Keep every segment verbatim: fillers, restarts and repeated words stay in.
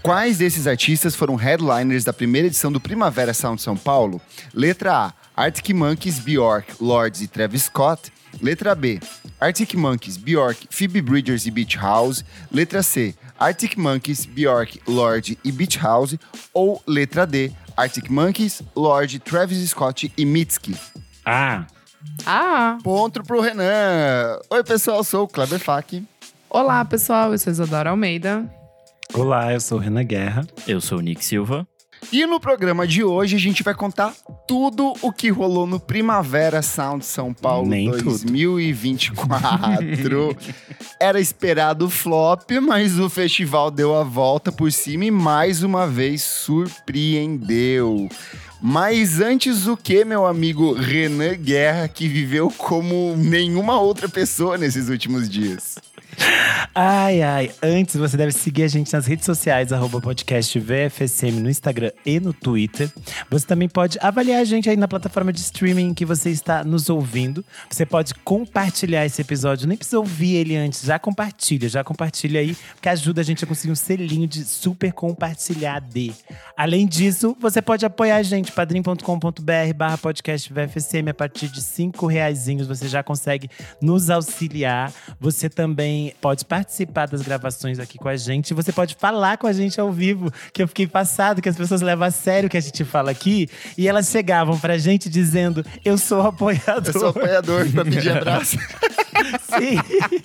Quais desses artistas foram headliners da primeira edição do Primavera Sound São Paulo? Letra A, Arctic Monkeys, Bjork, Lords e Travis Scott. Letra B, Arctic Monkeys, Bjork, Phoebe Bridgers e Beach House. Letra C, Arctic Monkeys, Bjork, Lorde e Beach House. Ou letra D, Arctic Monkeys, Lorde, Travis Scott e Mitski. Ah. Ah. Ponto pro Renan. Oi, pessoal, sou o Kleber Fak. Olá, pessoal, eu sou Isadora Almeida. Olá, eu sou o Renan Guerra. Eu sou o Nick Silva. E no programa de hoje a gente vai contar tudo o que rolou no Primavera Sound São Paulo Nem dois mil e vinte e quatro. Era esperado o flop, mas o festival deu a volta por cima e mais uma vez surpreendeu. Mas antes o que, meu amigo Renan Guerra, que viveu como nenhuma outra pessoa nesses últimos dias? Ai, ai, antes você deve seguir a gente nas redes sociais, arroba podcast V F S M no Instagram e no Twitter. Você também pode avaliar a gente aí na plataforma de streaming que você está nos ouvindo. Você pode compartilhar esse episódio, nem precisa ouvir ele antes, já compartilha, já compartilha aí, porque ajuda a gente a conseguir um selinho de super compartilhado. Além disso, você pode apoiar a gente, padrim.com.br barra podcast V F S M, a partir de cinco reaisinhos você já consegue nos auxiliar. Você também pode participar das gravações aqui com a gente. Você pode falar com a gente ao vivo, que eu fiquei passado, que as pessoas levam a sério o que a gente fala aqui. E elas chegavam pra gente dizendo, eu sou apoiador. Eu sou apoiador pra pedir abraço. Sim.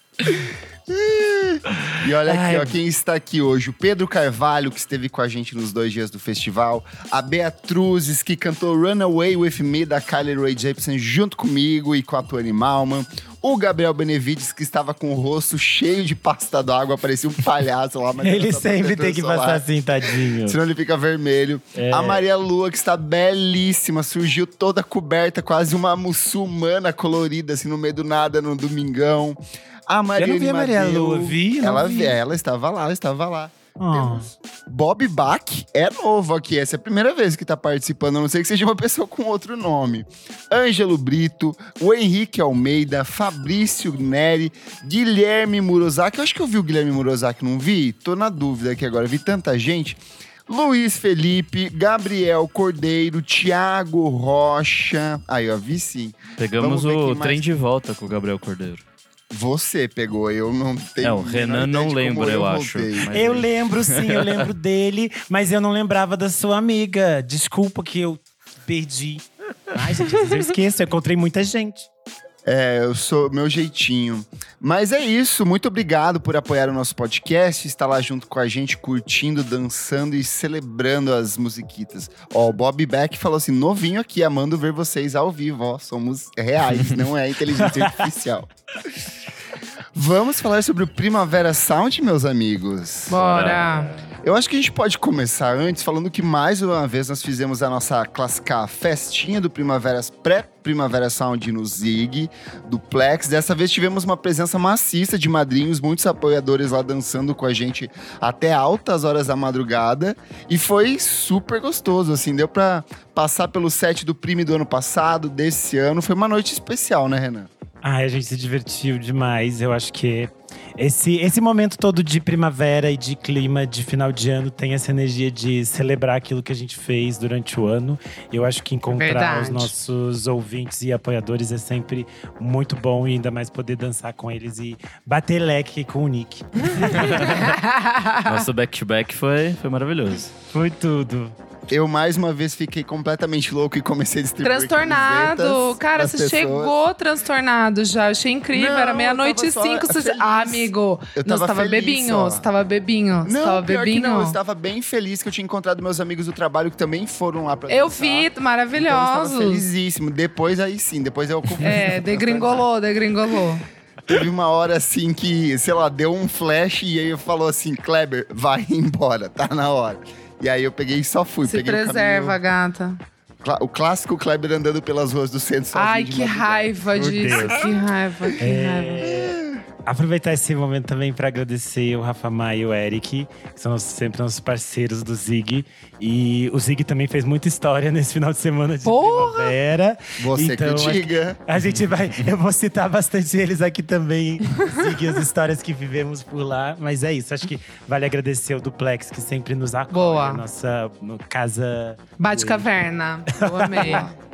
E olha aqui, Ai. ó, quem está aqui hoje. O Pedro Carvalho, que esteve com a gente nos dois dias do festival. A Beatruzes, que cantou Runaway With Me, da Kylie Rae Jepsen, junto comigo e com a Tony Malman. O Gabriel Benevides, que estava com o rosto cheio de pasta d'água, parecia um palhaço lá. Mas Ele só sempre protetor tem que solar, passar assim, tadinho. senão ele fica vermelho. É. A Maria Lua, que está belíssima, surgiu toda coberta, quase uma muçulmana colorida, assim, no meio do nada, no domingão. A Mariane Eu não vi a Maria Madeu, Lua, vi? Não ela, vi. ela estava lá, estava lá. Oh. Temos Bob Bach é novo aqui, essa é a primeira vez que tá participando, a não ser que seja uma pessoa com outro nome. Ângelo Brito, o Henrique Almeida, Fabrício Neri, Guilherme Murozaki. Eu acho que eu vi o Guilherme Murozaki, não vi? Tô na dúvida aqui agora, vi tanta gente. Luiz Felipe, Gabriel Cordeiro, Thiago Rocha. Aí, ó, vi sim. Pegamos Vamos ver o quem mais- trem de volta com o Gabriel Cordeiro. Você pegou, eu não tenho. É, o a menor Renan ideia não de como lembra, eu acho. voltei. Mas- Eu lembro sim, eu lembro dele, mas eu não lembrava da sua amiga. Desculpa que eu perdi. Ai, gente, às vezes eu esqueço, eu encontrei muita gente. É, eu sou meu jeitinho. Mas é isso, muito obrigado por apoiar o nosso podcast, estar lá junto com a gente, curtindo, dançando e celebrando as musiquitas. Ó, o Bob Beck falou assim, novinho aqui, amando ver vocês ao vivo, ó, somos reais, não é inteligência artificial. Vamos falar sobre o Primavera Sound, meus amigos? Bora. Eu acho que a gente pode começar antes falando que mais uma vez nós fizemos a nossa clássica festinha do Primavera, pré-Primavera Sound no Zig, do Plex. Dessa vez tivemos uma presença maciça de madrinhos, muitos apoiadores lá dançando com a gente até altas horas da madrugada. E foi super gostoso, assim, deu pra passar pelo set do Prime do ano passado, desse ano. Foi uma noite especial, né, Renan? Ai, a gente se divertiu demais. Eu acho que esse, esse momento todo de primavera e de clima de final de ano tem essa energia de celebrar aquilo que a gente fez durante o ano. Eu acho que encontrar Verdade. os nossos ouvintes e apoiadores é sempre muito bom. E ainda mais poder dançar com eles e bater leque com o Nick. Nosso back-to-back foi, foi maravilhoso. Foi tudo. Eu, mais uma vez, fiquei completamente louco e comecei a distribuir Transtornado. camisetas Cara, pras você pessoas. chegou transtornado já. Achei incrível. Não, Era meia-noite eu e tava só cinco. Você... feliz. Ah, amigo. Eu Não, você tava tava feliz bebinho. só. Você tava bebinho. Você Não, tava pior bebinho. que não. Eu estava bem feliz que eu tinha encontrado meus amigos do trabalho que também foram lá pra Eu dançar. vi, Então, eu maravilhosos. estava felizíssimo. Depois, aí sim, depois eu… É, degringolou, degringolou. Teve uma hora assim que, sei lá, deu um flash e aí eu falou assim, Kleber, vai embora, tá na hora. E aí eu peguei e só fui. Se peguei preserva, o, gata. caminho, o clássico Kleber andando pelas ruas do centro sozinho Ai, de que madrugada. raiva Meu disso. Deus. Que raiva, que É. raiva. aproveitar esse momento também para agradecer o Rafa Maia e o Eric, que são nossos- sempre nossos parceiros do Zig. E o Zig também fez muita história nesse final de semana de Porra! primavera. Você Então, que diga. A gente vai. Eu vou citar bastante eles aqui também, Zig, as histórias que vivemos por lá. Mas é isso, acho que vale agradecer o Duplex, que sempre nos acolhe. Boa. A nossa no- casa. Bate caverna. Eu amei.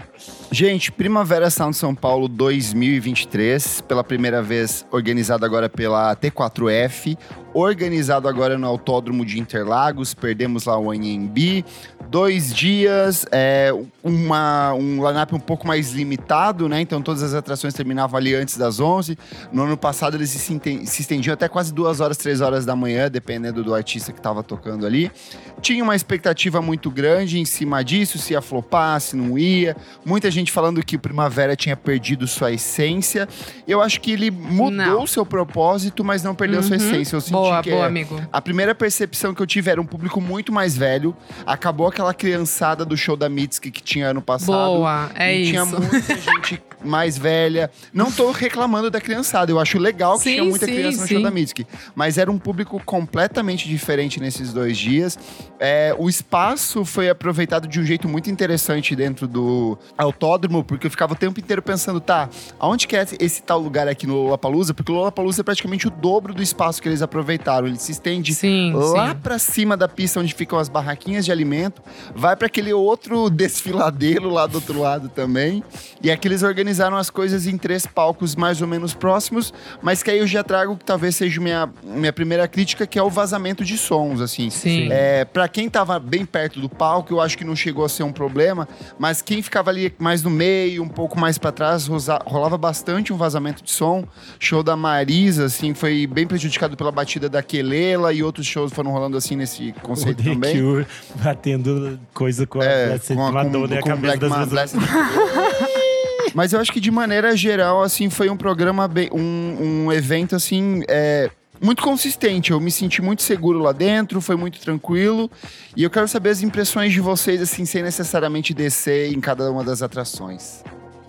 Gente, Primavera Sound São Paulo dois mil e vinte e três, pela primeira vez organizado agora pela T quatro F, organizado agora no Autódromo de Interlagos, perdemos lá o Anhembi. Dois dias, é, uma, um line-up um pouco mais limitado, né? Então todas as atrações terminavam ali antes das onze. No ano passado eles se, enten- se estendiam até quase duas horas, três horas da manhã, dependendo do artista que estava tocando ali. Tinha uma expectativa muito grande em cima disso, se ia flopar, se não ia. Muita gente falando que o Primavera tinha perdido sua essência. Eu acho que ele mudou Não. o seu propósito, mas não perdeu sua essência. Eu senti Boa, que boa, é- amigo. a primeira percepção que eu tive era um público muito mais velho. Acabou aquela criançada do show da Mitski que tinha ano passado. Boa, é e isso. tinha muita gente mais velha. Não tô reclamando da criançada. Eu acho legal que Sim, tinha muita sim, criança no sim. show da Mitski. Mas era um público completamente diferente nesses dois dias. É, o espaço foi aproveitado de um jeito muito interessante dentro do autódromo, porque eu ficava o tempo inteiro pensando, tá, aonde que é esse tal lugar aqui no Lollapalooza? Porque o Lollapalooza é praticamente o dobro do espaço que eles aproveitaram. Ele se estende Sim, lá sim. pra cima da pista onde ficam as barraquinhas de alimento, vai pra aquele outro desfiladeiro lá do outro lado também. E aqui eles organizaram as coisas em três palcos mais ou menos próximos, mas que aí eu já trago que talvez seja minha, minha primeira crítica, que é o vazamento de sons, assim. Sim. É, para quem tava bem perto do palco, eu acho que não chegou a ser um problema, mas quem ficava ali mais no meio, um pouco mais pra trás, rosa- rolava bastante um vazamento de som. Show da Marisa, assim, foi bem prejudicado pela batida da Kelela, e outros shows foram rolando assim nesse O conceito The também. Cure batendo coisa com a, É, Blessed com a, Madonna com, e a com cabeça Black das Ma- pessoas. Blessed- Mas eu acho que de maneira geral, assim, foi um programa, bem, um, um evento, assim, é, muito consistente. Eu me senti muito seguro lá dentro, foi muito tranquilo. E eu quero saber as impressões de vocês, assim, sem necessariamente descer em cada uma das atrações.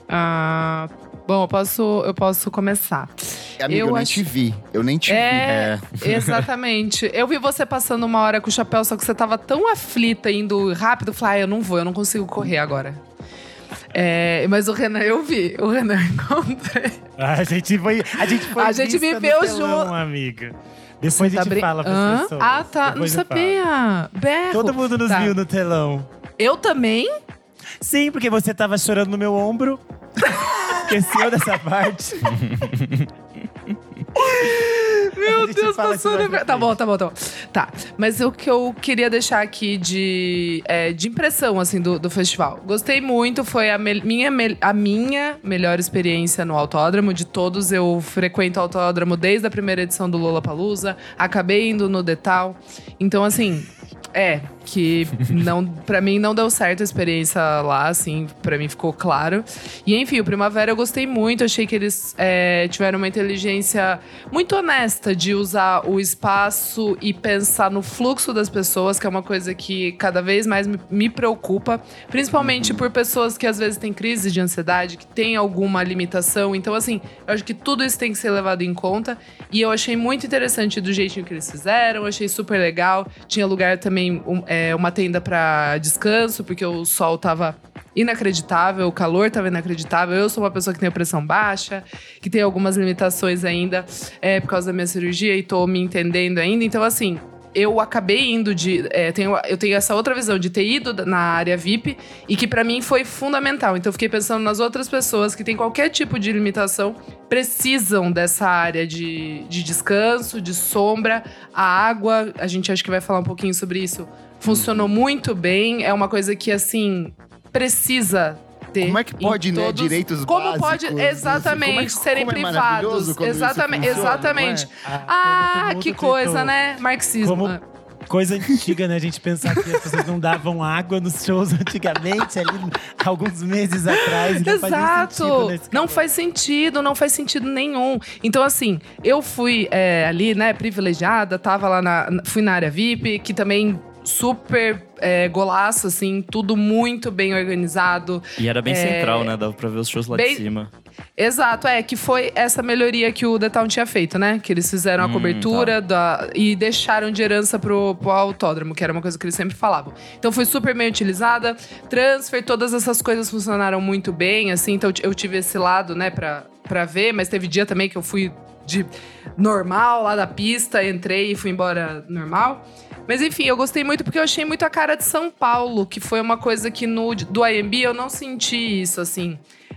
Ah, bom, eu posso, eu posso começar. Amigo, eu, Eu nem acho- te vi. Eu nem te vi. É, exatamente. Eu vi você passando uma hora com o chapéu, só que você tava tão aflita, indo rápido. Eu falei, ah, eu não vou, eu não consigo correr agora. É, mas o Renan, eu vi. O Renan eu encontrei. A gente foi. A gente foi A gente vista no viveu telão, junto. amiga. Depois Você a tá gente brin- fala pras Hã? pessoas. Ah, tá. Não Depois eu falo. sabia. Berro. Todo mundo nos Tá. viu no telão. Eu também? Sim, porque você tava chorando no meu ombro. Esqueceu dessa parte. Meu A gente Deus, fala passou isso na mais pra Tá bom, frente. tá bom, tá bom. Tá, mas o que eu queria deixar aqui de, é, de impressão, assim, do, do festival. Gostei muito, foi a, me- minha, me- a minha melhor experiência no autódromo. De todos, eu frequento o autódromo desde a primeira edição do Lollapalooza. Acabei indo no Detal. Então, assim… É, que não, pra mim não deu certo a experiência lá, assim, pra mim ficou claro. E enfim, o Primavera eu gostei muito, achei que eles é, tiveram uma inteligência muito honesta de usar o espaço e pensar no fluxo das pessoas, que é uma coisa que cada vez mais me, me preocupa, principalmente por pessoas que às vezes têm crise de ansiedade, que têm alguma limitação. Então, assim, eu acho que tudo isso tem que ser levado em conta. E eu achei muito interessante do jeitinho que eles fizeram, achei super legal. Tinha lugar também, um, é, uma tenda pra descanso, porque o sol tava inacreditável, o calor tava inacreditável. Eu sou uma pessoa que tem a pressão baixa, que tem algumas limitações ainda é, por causa da minha cirurgia e tô me entendendo ainda. Então, assim, eu acabei indo de… É, tenho, eu tenho essa outra visão de ter ido na área V I P e que pra mim foi fundamental. Então eu fiquei pensando nas outras pessoas que têm qualquer tipo de limitação, precisam dessa área de, de descanso, de sombra. A água, a gente acho que vai falar um pouquinho sobre isso, funcionou muito bem. É uma coisa que, assim, precisa ter. Como é que pode, em né? todos- Direitos Como básicos. pode, como é que- exatamente, como serem é maravilhoso privados. quando isso Exatamente, funciona, exatamente. não é? Ah, todo mundo que coisa, tentou. né? Marxismo. Como coisa antiga, né? A gente pensar que as pessoas não davam água nos shows antigamente, ali alguns meses atrás. e Não faz nem Exato! sentido nesse Não calor. faz sentido, não faz sentido nenhum. Então, assim, eu fui é, ali, né, privilegiada, tava lá na. Fui na área V I P, que também super é, golaço, assim, tudo muito bem organizado. E era bem É, central, né? Dava pra ver os shows lá bem- de cima. Exato, é, que foi essa melhoria que o The Town tinha feito, né? Que eles fizeram a Hum, cobertura da, e deixaram de herança pro, pro autódromo, que era uma coisa que eles sempre falavam. Então foi super bem utilizada. Transfer, todas essas coisas funcionaram muito bem, assim. Então eu tive esse lado, né, pra, pra ver. Mas teve dia também que eu fui de normal lá da pista, entrei e fui embora normal. Mas enfim, eu gostei muito porque eu achei muito a cara de São Paulo, que foi uma coisa que no do I M B eu não senti isso, assim.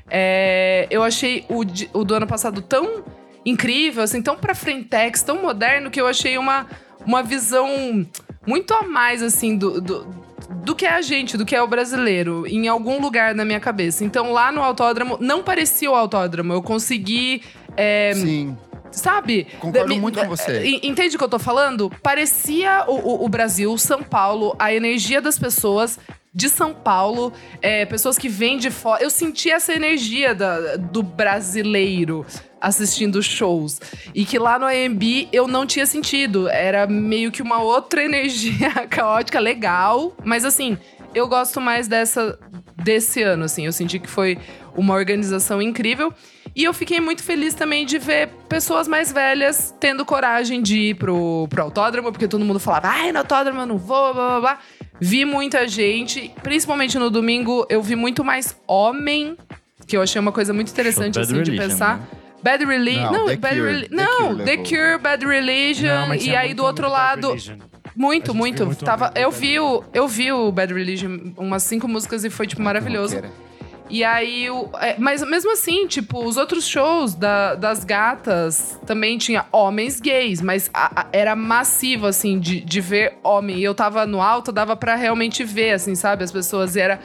É, eu achei o, de- o do ano passado tão incrível, assim, tão pra frentex, tão moderno, que eu achei uma, uma visão muito a mais, assim, do, do, do que é a gente, do que é o brasileiro, em algum lugar na minha cabeça. Então, lá no autódromo, não parecia o autódromo. Eu consegui… é, Sim. Sabe? Concordo Da- muito da- com você. e- Entende o que eu tô falando? Parecia o, o- o Brasil, São Paulo, a energia das pessoas de São Paulo, é, pessoas que vêm de fora. Eu senti essa energia da- do brasileiro assistindo shows. E que lá no A M B eu não tinha sentido. Era meio que uma outra energia caótica, legal. Mas assim, eu gosto mais dessa desse ano, assim. Eu senti que foi uma organização incrível. E eu fiquei muito feliz também de ver pessoas mais velhas tendo coragem de ir pro, pro autódromo, porque todo mundo falava, ai, no autódromo eu não vou, blá, blá, blá. Vi muita gente, principalmente no domingo, eu vi muito mais homem, que eu achei uma coisa muito interessante, Bad assim, de Religion, pensar. né? Bad Religion. Não, Não, The Bad Cure. Reli- The não, Cure The levou. Cure, Bad Religion. Não, mas e tinha aí muito do outro muito Bad lado. Religion. A Muito, gente muito. viu muito Tava, homem do eu, Bad vi o, eu vi o Bad Religion umas cinco músicas e foi, tipo, maravilhoso. Roqueira. E aí, o, é, mas mesmo assim, tipo, os outros shows da- das gatas também tinha homens gays, mas a- a- era massivo, assim, de, de ver homem. E eu tava no alto, dava pra realmente ver, assim, sabe? As pessoas, e era…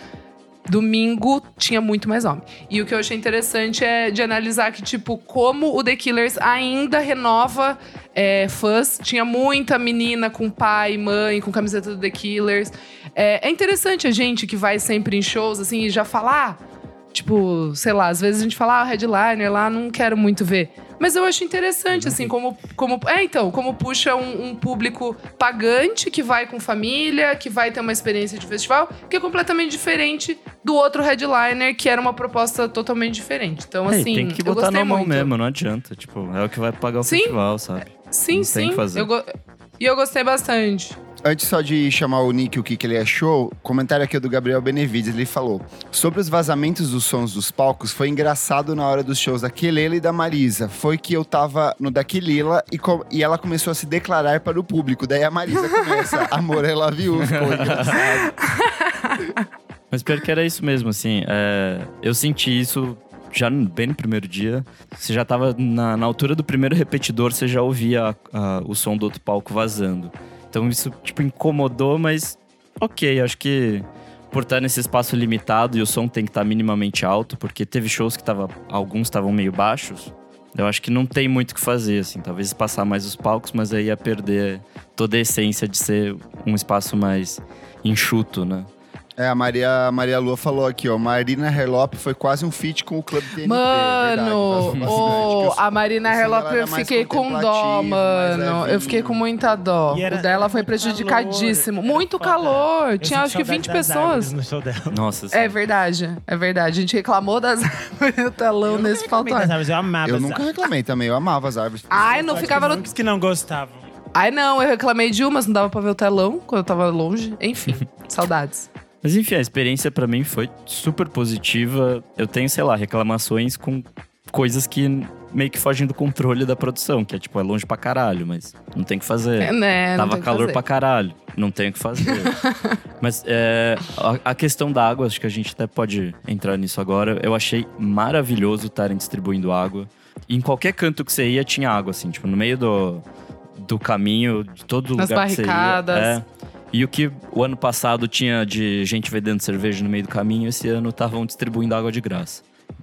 Domingo tinha muito mais homem. E o que eu achei interessante é de analisar que, tipo, como o The Killers ainda renova é, fãs. Tinha muita menina com pai, mãe, com camiseta do The Killers. É, é interessante a gente que vai sempre em shows, assim, e já falar… Tipo, sei lá, às vezes a gente fala, ah, o headliner lá, não quero muito ver. Mas eu acho interessante, assim, como… como é, então, como puxa um, um público pagante que vai com família, que vai ter uma experiência de festival, que é completamente diferente do outro headliner, que era uma proposta totalmente diferente. Então, É, e assim, tem que eu botar gostei na mão muito. mesmo, não adianta. Tipo, é o que vai pagar o Sim. festival, sabe? Sim, Não sim. tem que fazer. Eu go- E eu gostei bastante. Antes só de chamar o Nick o que, que ele achou, comentário aqui do Gabriel Benevides, ele falou: sobre os vazamentos dos sons dos palcos, foi engraçado na hora dos shows da Kelela e da Marisa. Foi que eu tava no da Kelela e, co- e ela começou a se declarar para o público. Daí a Marisa começa, amor, I love you. Ficou engraçado. Mas pior que era isso mesmo, assim. é, eu senti isso já no- bem no primeiro dia. Você já tava na, na altura do primeiro repetidor, você já ouvia a- a- o som do outro palco vazando. Então isso, tipo, incomodou, mas ok, acho que por estar nesse espaço limitado e o som tem que estar minimamente alto, porque teve shows que tava, alguns estavam meio baixos. Eu acho que não tem muito o que fazer, assim. Talvez passar mais os palcos, mas aí ia perder toda a essência de ser um espaço mais enxuto, né? É, a Maria, a Maria Lua falou aqui, ó. Marina Herlop foi quase um feat com o Clube T N T. Mano, verdade, ô, a Marina o som Herlop, dela eu era mais fiquei com dó, contemplativo, mais mano. Eu levinho. fiquei com muita dó. E era- o dela era foi muito prejudicadíssimo. calor, Muito era foda. calor. Eu Tinha senti acho que saudade vinte das pessoas. árvores no show dela. Nossa, É sabe? verdade, é verdade. A gente reclamou das árvores no telão Eu nesse nunca reclamei das faltou. árvores, eu amava Eu as nunca árvores. reclamei também, eu amava as árvores. Ai, não Só ficava tinha no. muitos que não gostavam. Ai, não, eu reclamei de umas, não dava pra ver o telão quando eu tava longe. Enfim, saudades. Mas enfim, a experiência pra mim foi super positiva. Eu tenho, sei lá, reclamações com coisas que meio que fogem do controle da produção, que é tipo, é longe pra caralho, mas não tem o que fazer. É, né? não Tava tem o que calor fazer. pra caralho, não tem o que fazer. Mas é, a, a questão da água, acho que a gente até pode entrar nisso agora. Eu achei maravilhoso estarem distribuindo água. E em qualquer canto que você ia, tinha água, assim, tipo, no meio do, do caminho, de todo Nas lugar que você ia. barricadas. É. E o que o ano passado tinha de gente vendendo cerveja no meio do caminho, esse ano estavam distribuindo água de graça.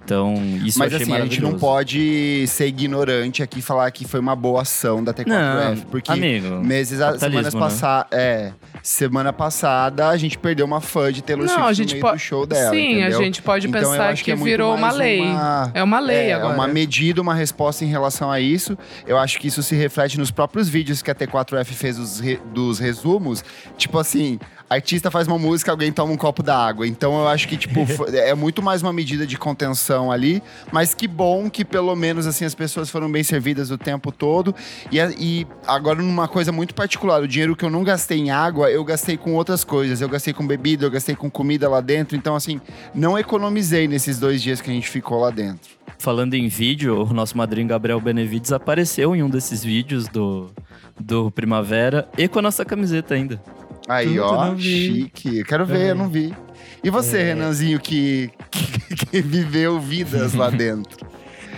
Então, isso Mas eu achei assim, a gente não maravilhoso. pode ser ignorante aqui e falar que foi uma boa ação da T quatro F. Não, porque amigo, meses, a- capitalismo, semanas né? passadas. É, semana passada a gente perdeu uma fã de Taylor Não, Swift a no gente meio pode. do show dela. Sim, entendeu? a gente pode Então, eu pensar acho que, é muito virou uma mais lei. uma- É uma lei É, agora. uma medida, uma resposta em relação a isso. Eu acho que isso se reflete nos próprios vídeos que a T quatro F fez dos, re- dos resumos. Tipo assim, artista faz uma música, alguém toma um copo d'água. Então eu acho que, tipo, fo- é muito mais uma medida de contenção ali. Mas que bom que, pelo menos, assim, as pessoas foram bem servidas o tempo todo. E, a- e agora, numa coisa muito particular, o dinheiro que eu não gastei em água, eu gastei com outras coisas. Eu gastei com bebida, eu gastei com comida lá dentro. Então, assim, não economizei nesses dois dias que a gente ficou lá dentro. Falando em vídeo, o nosso madrinho Gabriel Benevides apareceu em um desses vídeos do, do Primavera e com a nossa camiseta ainda. Aí, Tudo, ó, não vi. chique. Eu quero ver, Também. eu não vi. E você, É. Renanzinho, que, que, que viveu vidas lá dentro?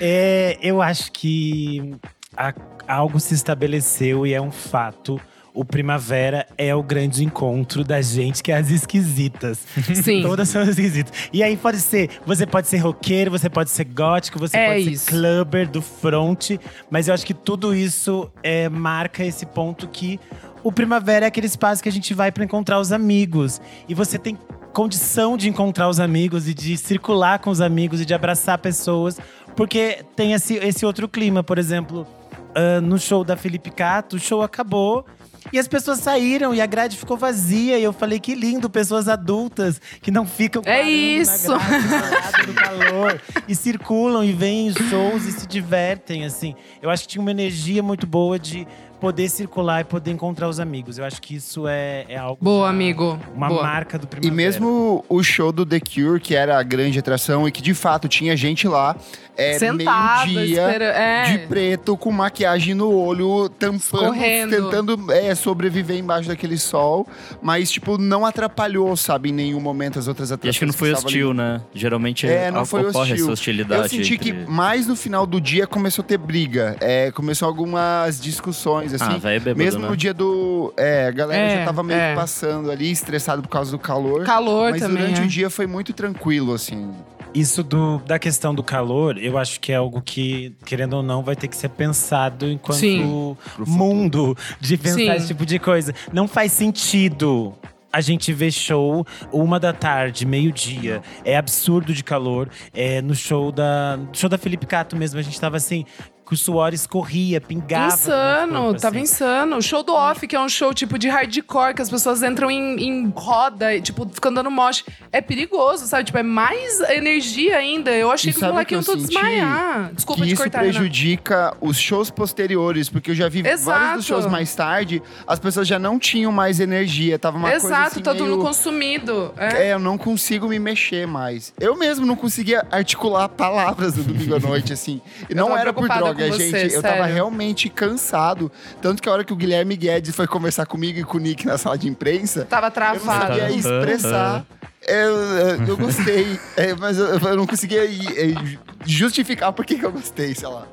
É, eu acho que a- algo se estabeleceu e é um fato. O Primavera é o grande encontro da gente, que é as esquisitas. Sim. Todas são esquisitas. E aí pode ser, você pode ser roqueiro, você pode ser gótico, você É pode isso. ser clubber do front. Mas eu acho que tudo isso é, marca esse ponto que o Primavera é aquele espaço que a gente vai pra encontrar os amigos. E você tem condição de encontrar os amigos e de circular com os amigos e de abraçar pessoas. Porque tem esse, esse outro clima, por exemplo, ah, no show da Felipe Cato, o show acabou. E as pessoas saíram e a grade ficou vazia. E eu falei, que lindo, pessoas adultas que não ficam É parando isso. na grade, parado no calor. E circulam e veem os shows e se divertem, assim. Eu acho que tinha uma energia muito boa de poder circular e poder encontrar os amigos. Eu acho que isso é, é algo… Boa, já- amigo. Uma Boa. marca do E Primavera. mesmo o show do The Cure, que era a grande atração e que de fato tinha gente lá, é, Sentada, meio-dia, espera- é. de preto, com maquiagem no olho, tampando, Escorrendo. tentando é, sobreviver embaixo daquele sol. Mas, tipo, não atrapalhou, sabe, em nenhum momento as outras E atrações. acho que não foi estavam ali. hostil, né? Geralmente É, não a- foi ocorre hostil. essa hostilidade. Eu senti entre... que mais no final do dia começou a ter briga. É, começou algumas discussões, assim. Ah, vai bêbado, Mesmo né? no dia do… É, a galera É, já tava meio é. que passando ali, estressado por causa do calor. Calor Mas também. durante é. o dia foi muito tranquilo, assim. Isso do, da questão do calor, eu acho que é algo que, querendo ou não, vai ter que ser pensado enquanto Sim. mundo de pensar Sim. esse tipo de coisa. Não faz sentido a gente ver show uma da tarde, meio-dia. É absurdo de calor. É, no show da, no show da Felipe Cato mesmo, a gente tava assim… Que o suor escorria, pingava. no Insano, corpo, tava assim. insano. O show do Off, que é um show tipo de hardcore, que as pessoas entram em, em roda e, tipo, ficam dando mosh. É perigoso, sabe? Tipo, é mais energia ainda. Eu achei E que os sabe o moleques que iam eu todos senti? desmaiar. Desculpa que te isso cortar, Renan. prejudica os shows posteriores, porque eu já vi vários Exato. dos shows mais tarde, as pessoas já não tinham mais energia, tava uma coisa Exato, assim todo meio… mundo consumido. É. É, eu não consigo me mexer mais. Eu mesmo não conseguia articular palavras no domingo à noite, assim. E não tava era por preocupada droga, com você, gente. Eu tava sério. realmente cansado. Tanto que a hora que o Guilherme Guedes foi conversar comigo e com o Nick na sala de imprensa, Tava eu não travado. sabia expressar. Eu, eu- eu gostei, é, mas eu, eu não conseguia é, justificar por que que eu gostei, sei lá.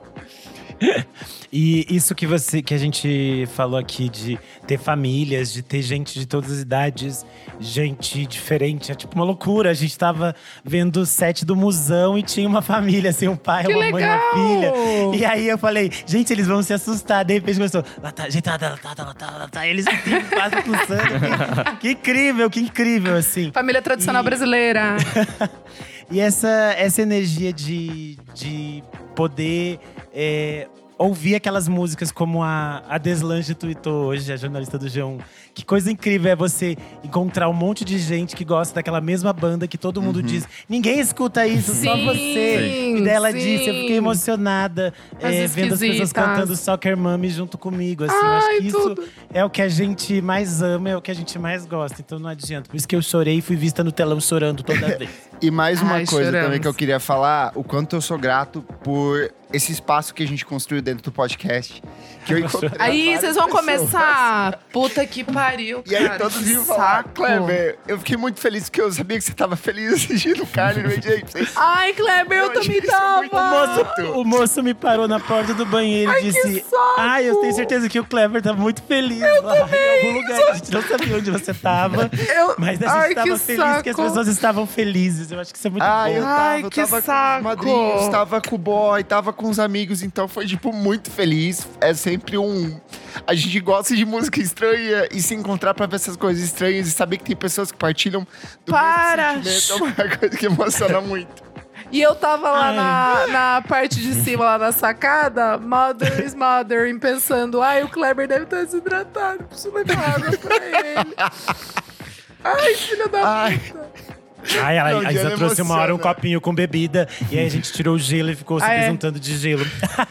E isso que você que a gente falou aqui de ter famílias, de ter gente de todas as idades, gente diferente, é tipo uma loucura. A gente tava vendo o set do Musão e tinha uma família, assim, um pai, Que uma mãe, legal! uma filha. E aí eu falei, gente, eles vão se assustar. De repente começou, lá tá, gente, lá tá, lá tá, lá tá, lá tá. Eles assim, quase pulsando. Que, que incrível, que incrível, assim. Família tradicional E- brasileira. E essa, essa energia de, de poder é, ouvir aquelas músicas como a, a Deslange tweetou hoje, a jornalista do G um. Que coisa incrível é você encontrar um monte de gente que gosta daquela mesma banda que todo mundo diz. Ninguém escuta isso, só Sim, você. E daí ela sim. disse, eu fiquei emocionada As é, vendo as pessoas esquisitas. cantando Soccer Mommy junto comigo. Assim, eu Ai, acho que isso tudo. é o que a gente mais ama, é o que a gente mais gosta. Então não adianta. Por isso que eu chorei e fui vista no telão chorando toda vez. E mais uma Ai, coisa choramos. também que eu queria falar, o quanto eu sou grato por esse espaço que a gente construiu dentro do podcast. Que eu encontrei Aí várias vocês vão pessoas. começar. Puta que pariu, E aí cara, todos que vinham falar, saco. Kleber, eu fiquei muito feliz porque eu sabia que você tava feliz assistindo o Carly no A J. Ai, Kleber, eu também isso é muito O tava. moço, o moço me parou na porta do banheiro e disse: saco! Ai, eu tenho certeza que o Clever tá muito feliz lá em algum lugar. A gente não sabia onde você tava. Eu... Mas a gente Ai, tava que feliz saco. que as pessoas estavam felizes. Eu acho que isso é muito Ah, eu bom. tava, Ai, eu que tava saco. com os madrinhos, tava com o boy, tava com os amigos, então foi, tipo, muito feliz. É sempre um… A gente gosta de música estranha e se encontrar pra ver essas coisas estranhas e saber que tem pessoas que partilham do Para! mesmo sentimento é uma coisa que emociona muito. E eu tava lá Ai. na, na parte de cima, lá na sacada, mother is mothering, pensando, ai, o Kleber deve estar desidratado, preciso levar água pra ele. Ai, filha da Ai. puta. Ai, a, Não, a Isa Diana trouxe uma hora um emociona. copinho com bebida. E aí a gente tirou o gelo e ficou se Ah, é? besuntando de gelo.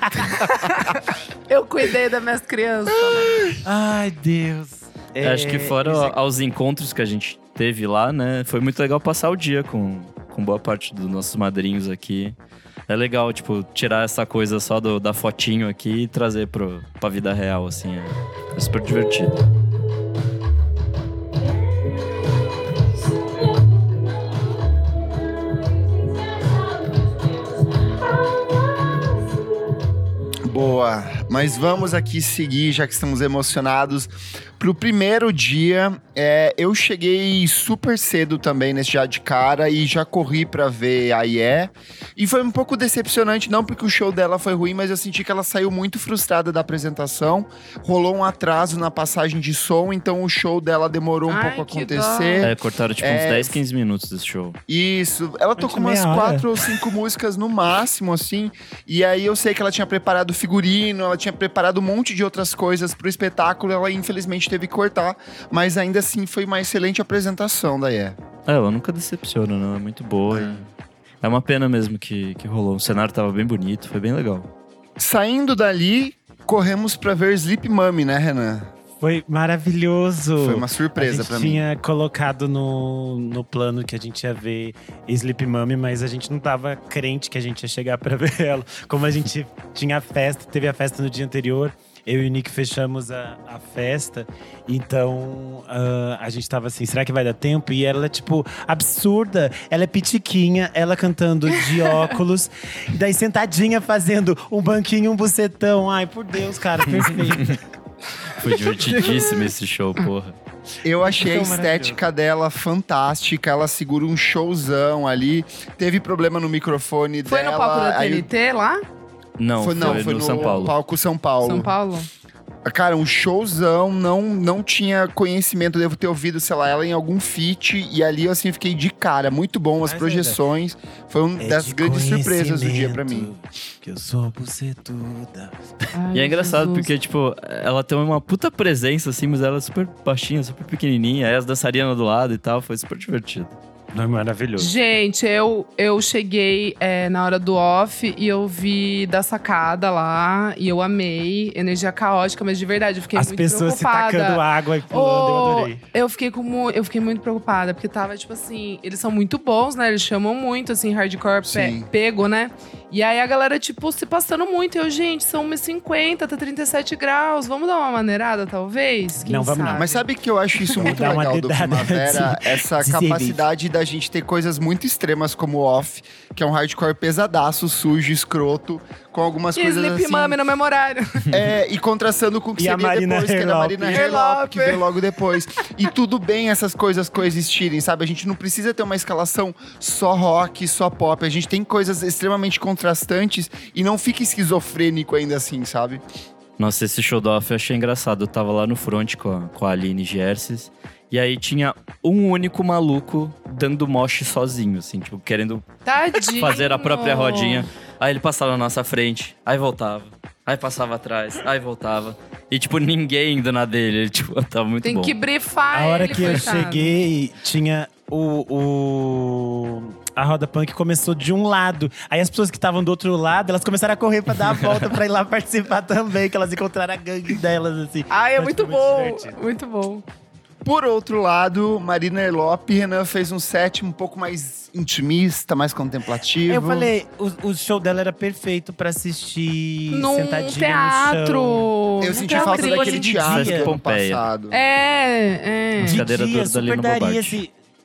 Eu cuidei das minhas crianças. Ai, Deus. É, Acho que fora isso é- aos encontros que a gente teve lá, né? Foi muito legal passar o dia com, com boa parte dos nossos madrinhos aqui. É legal, tipo, tirar essa coisa só do, da fotinho aqui e trazer pro, pra vida real, assim. É, é super divertido. Boa, mas vamos aqui seguir, já que estamos emocionados. Pro primeiro dia, é, eu cheguei super cedo também nesse já de cara e já corri pra ver a Ié. E foi um pouco decepcionante, não porque o show dela foi ruim, mas eu senti que ela saiu muito frustrada da apresentação. Rolou um atraso na passagem de som, então o show dela demorou um Ai, pouco a que acontecer. É, cortaram tipo uns É. dez, quinze minutos desse show. Isso, ela tocou meia umas hora. quatro ou cinco músicas no máximo, assim. E aí eu sei que ela tinha preparado figurino, ela tinha preparado um monte de outras coisas pro espetáculo. Ela infelizmente teve que cortar, mas ainda assim foi uma excelente apresentação da Ié. É, ela nunca decepciona, não. É muito boa. e É uma pena mesmo que, que rolou. O cenário tava bem bonito, foi bem legal. Saindo dali, corremos pra ver Sleep Mummy, né, Renan? Foi maravilhoso. Foi uma surpresa a pra gente mim. tinha colocado no, no plano que a gente ia ver Sleep Mummy, mas a gente não tava crente que a gente ia chegar pra ver ela. Como a gente tinha a festa, teve a festa no dia anterior, eu e o Nick fechamos a, a festa, então ah, a gente tava assim, será que vai dar tempo? E ela é, tipo, absurda. Ela é pitiquinha, ela cantando de óculos, e daí sentadinha fazendo um banquinho, um bucetão. Ai, por Deus, cara, perfeito. Foi divertidíssimo esse show, porra. Eu achei a Tão estética dela fantástica, ela segura um showzão ali. Teve problema no microfone Foi dela. no palco da aí T o- N T lá? Não, Foi, foi, não, foi no, no, São Paulo. palco São Paulo. São Paulo? Cara, um showzão, não, não tinha conhecimento, devo ter ouvido, sei lá, ela em algum feat, e ali eu assim fiquei de cara, muito bom, as Mas, projeções, foi uma É das de grandes surpresas do dia pra mim. conhecimento Que eu sou bucetuda. Ai, E é engraçado Jesus. porque, tipo, ela tem uma puta presença, assim, mas ela é super baixinha, super pequenininha. Aí as dançarinas do lado e tal, foi super divertido. Não é maravilhoso. Gente, eu, eu cheguei é, na hora do off e eu vi da sacada lá e eu amei. Energia caótica, mas de verdade, eu fiquei As muito pessoas se preocupada. tacando água e pulando, eu Oh, adorei. eu fiquei com mu- eu fiquei muito preocupada, porque tava, tipo assim, eles são muito bons, né? Eles chamam muito, assim, hardcore pe- Sim. pego, né? E aí a galera, tipo, se passando muito. Eu, gente, são uma e cinquenta, tá trinta e sete graus. Vamos dar uma maneirada, talvez? Quem Não, vamos não. sabe? Mas sabe que eu acho isso muito Dá uma legal do dedada Primavera? de- Essa de capacidade da gente ter coisas muito extremas como o Off, que é um hardcore pesadaço, sujo, escroto, com algumas E coisas Sleep assim… Mummy no memorário. É, e contrastando com o que E a seria Marina depois, que era a Herlop. Marina Herlop, que Herlop. veio logo depois. E tudo bem essas coisas coexistirem, sabe? A gente não precisa ter uma escalação só rock, só pop. A gente tem coisas extremamente contrastantes e não fica esquizofrênico ainda assim, sabe? Nossa, esse show do off eu achei engraçado. Eu tava lá no front com a, com a Aline Gerses. E aí tinha um único maluco dando moche sozinho, assim, tipo, querendo Tadinho. fazer a própria rodinha. Aí ele passava na nossa frente, aí voltava. Aí passava atrás, aí voltava. E, tipo, ninguém indo na dele. Ele, tipo, tava muito Tem bom. que brifar A hora ele, que eu coitado. cheguei, tinha o, o… A roda punk começou de um lado. Aí as pessoas que estavam do outro lado, elas começaram a correr pra dar a volta pra ir lá participar também. Que elas encontraram a gangue delas, assim. Ai, é Mas muito foi bom. divertido. Muito bom. Por outro lado, Marina Herlop, Renan fez um set um pouco mais intimista, mais contemplativo. Eu falei, o, o show dela era perfeito pra assistir Num sentadinha teatro. no chão. Eu Num senti teatro. falta Teatrinho daquele de teatro dia. do ano Pompeia. passado. É, é. As De cadeiras dia, do- da super Lina daria Bobardi. esse…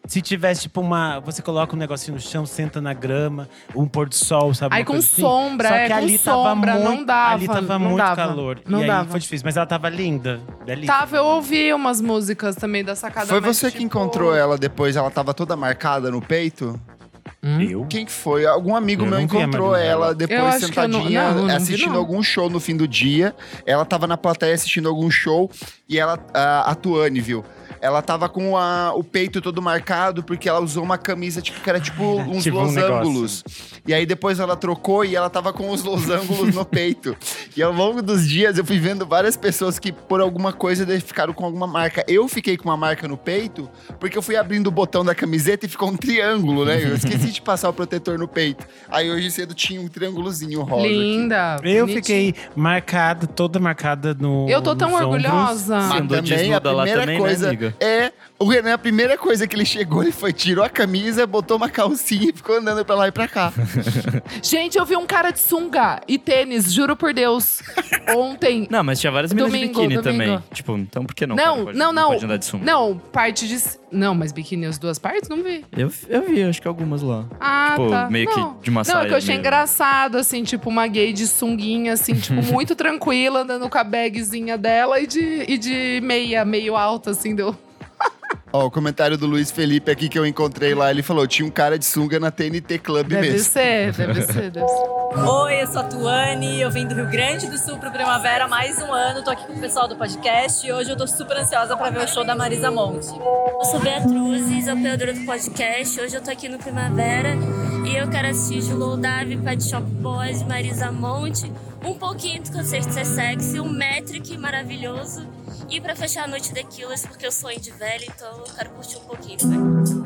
Se tivesse, tipo, uma… Você coloca um negocinho no chão, senta na grama, um pôr do sol, sabe? Aí uma com coisa assim. sombra, Só é, que com ali sombra, tava não muito, dava, ali tava não muito dava, calor. não e dava. aí foi difícil, mas ela tava linda, belíssima. Tava, eu ouvi umas músicas também da sacada. Foi mas, você tipo… que encontrou ela depois, ela tava toda marcada no peito? Eu? Quem que foi? Algum amigo Eu meu não vi a encontrou Marinela. ela Eu depois acho que eu não- sentadinha, não, eu não vi, assistindo não. algum show no fim do dia. Ela tava na plateia assistindo algum show e ela, a, a Tuane, viu? Ela tava com a- o peito todo marcado porque ela usou uma camisa tipo, que era tipo uns Tipo um losângulos. E aí depois ela trocou e ela tava com os losângulos no peito. E ao longo dos dias eu fui vendo várias pessoas que por alguma coisa ficaram com alguma marca. Eu fiquei com uma marca no peito porque eu fui abrindo o botão da camiseta e ficou um triângulo, né? Eu esqueci de passar o protetor no peito. Aí hoje cedo tinha um triângulozinho rosa aqui. Linda. Eu bonitinha. fiquei marcada, toda marcada no Eu tô tão nos ombros. orgulhosa. Você Mas andou também a desnuda lá primeira também, né, coisa amiga? é o Renan, a primeira coisa que ele chegou, ele foi tirou a camisa, botou uma calcinha e ficou andando pra lá e pra cá. Gente, eu vi um cara de sunga e tênis, juro por Deus. Ontem. Não, mas tinha várias meninas Domingo, de biquíni domingo. também. Tipo, então por que não? Não, cara? Pode- não, não. Pode andar de sunga. Não, parte de. Não, mas biquíni as duas partes? Não vi. Eu, eu vi, acho que algumas lá. Ah, Tipo, tá. meio que não. de uma Não, é saia que eu achei meio- engraçado, assim, tipo, uma gay de sunguinha, assim, tipo, muito tranquila, andando com a bagzinha dela e de, e de meia, meio alta, assim, deu. Ó, o comentário do Luiz Felipe aqui que eu encontrei lá, ele falou, tinha um cara de sunga na T N T Club Deve mesmo. ser, deve ser, deve ser. Oi, eu sou a Tuane, eu vim do Rio Grande do Sul pro Primavera há mais um ano, tô aqui com o pessoal do podcast e hoje eu tô super ansiosa pra ver o show da Marisa Monte. Eu sou Beatruzes, apoiadora do podcast. Hoje eu tô aqui no Primavera e eu quero assistir Julou Davi, Pet Shop Boys, Marisa Monte, um pouquinho do Conceito de Ser Sexy, um Metric maravilhoso. E pra fechar a noite The Killers, porque eu sou indie velha, então eu quero curtir um pouquinho também.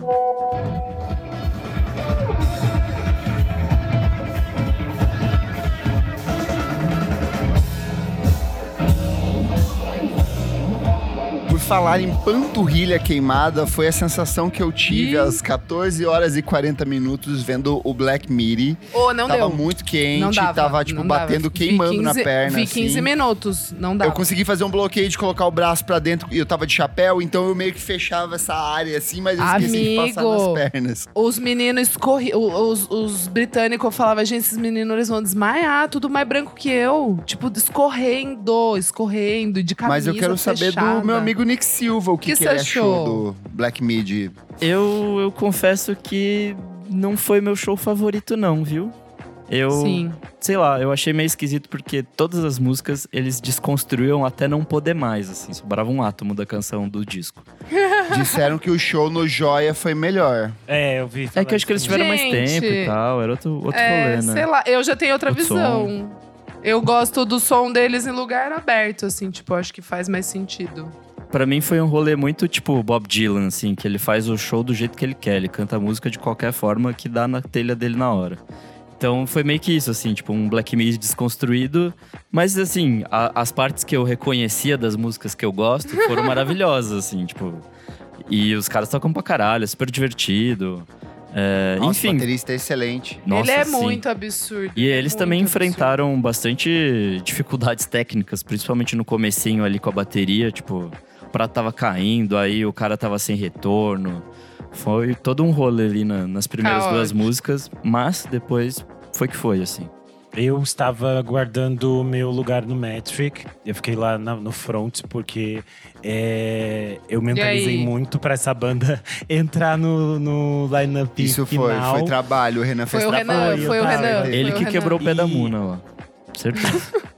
Por falar em panturrilha queimada, foi a sensação que eu tive Ih. às quatorze horas e quarenta minutos vendo o Black Midi. Ô, não tava deu. muito quente, Não dava, tava tipo não dava. batendo, Vi queimando na quinze perna. Vi quinze assim. minutos, não dava. Eu consegui fazer um bloqueio de colocar o braço pra dentro e eu tava de chapéu, então eu meio que fechava essa área assim, mas eu esqueci de passar Amigo. nas pernas. Os meninos escorriam. Os, os britânicos falavam, gente, esses meninos eles vão desmaiar, tudo mais branco que eu. Tipo, escorrendo, escorrendo, de camisa Mas eu quero saber fechada. do meu amigo Nick Silva, o que, Que que, você ele achou achou? do Black Midi. Eu, eu confesso que não foi meu show favorito não, viu? Eu, Sim. sei lá, eu achei meio esquisito porque todas as músicas eles desconstruíam até não poder mais, assim. Sobrava um átomo da canção do disco. Disseram que o show no Joia foi melhor. É, eu vi. É falar que eu acho que eles disso tiveram Gente. mais tempo e tal, era outro, outro É, rolê, né? sei lá, eu já tenho outra Outro visão. Eu gosto do som deles em lugar aberto, assim, tipo, acho que faz mais sentido. Pra mim foi um rolê muito tipo Bob Dylan, assim, que ele faz o show do jeito que ele quer. Ele canta a música de qualquer forma que dá na telha dele na hora. Então foi meio que isso, assim, tipo um Black Midi desconstruído. Mas, assim, a- as partes que eu reconhecia das músicas que eu gosto foram maravilhosas, assim, tipo… E os caras tocam pra caralho, é super divertido. É, Nossa, o enfim, baterista é excelente. nossa, ele é sim. muito absurdo. E ele é eles muito também absurdo. enfrentaram bastante dificuldades técnicas, principalmente no comecinho ali com a bateria, tipo, o prato tava caindo, aí o cara tava sem retorno. Foi todo um rolê ali na- nas primeiras duas Caótico. músicas, mas depois foi que foi, assim. Eu estava guardando o meu lugar no Metric. Eu fiquei lá na- no front porque é, eu mentalizei aí? muito pra essa banda entrar no, no line-up Isso foi, final. foi trabalho. O Renan Foi fez o Renan, trabalho. foi o tá, Renan. foi Ele foi o que Renan. quebrou o pé da E- Muna lá. Certeza.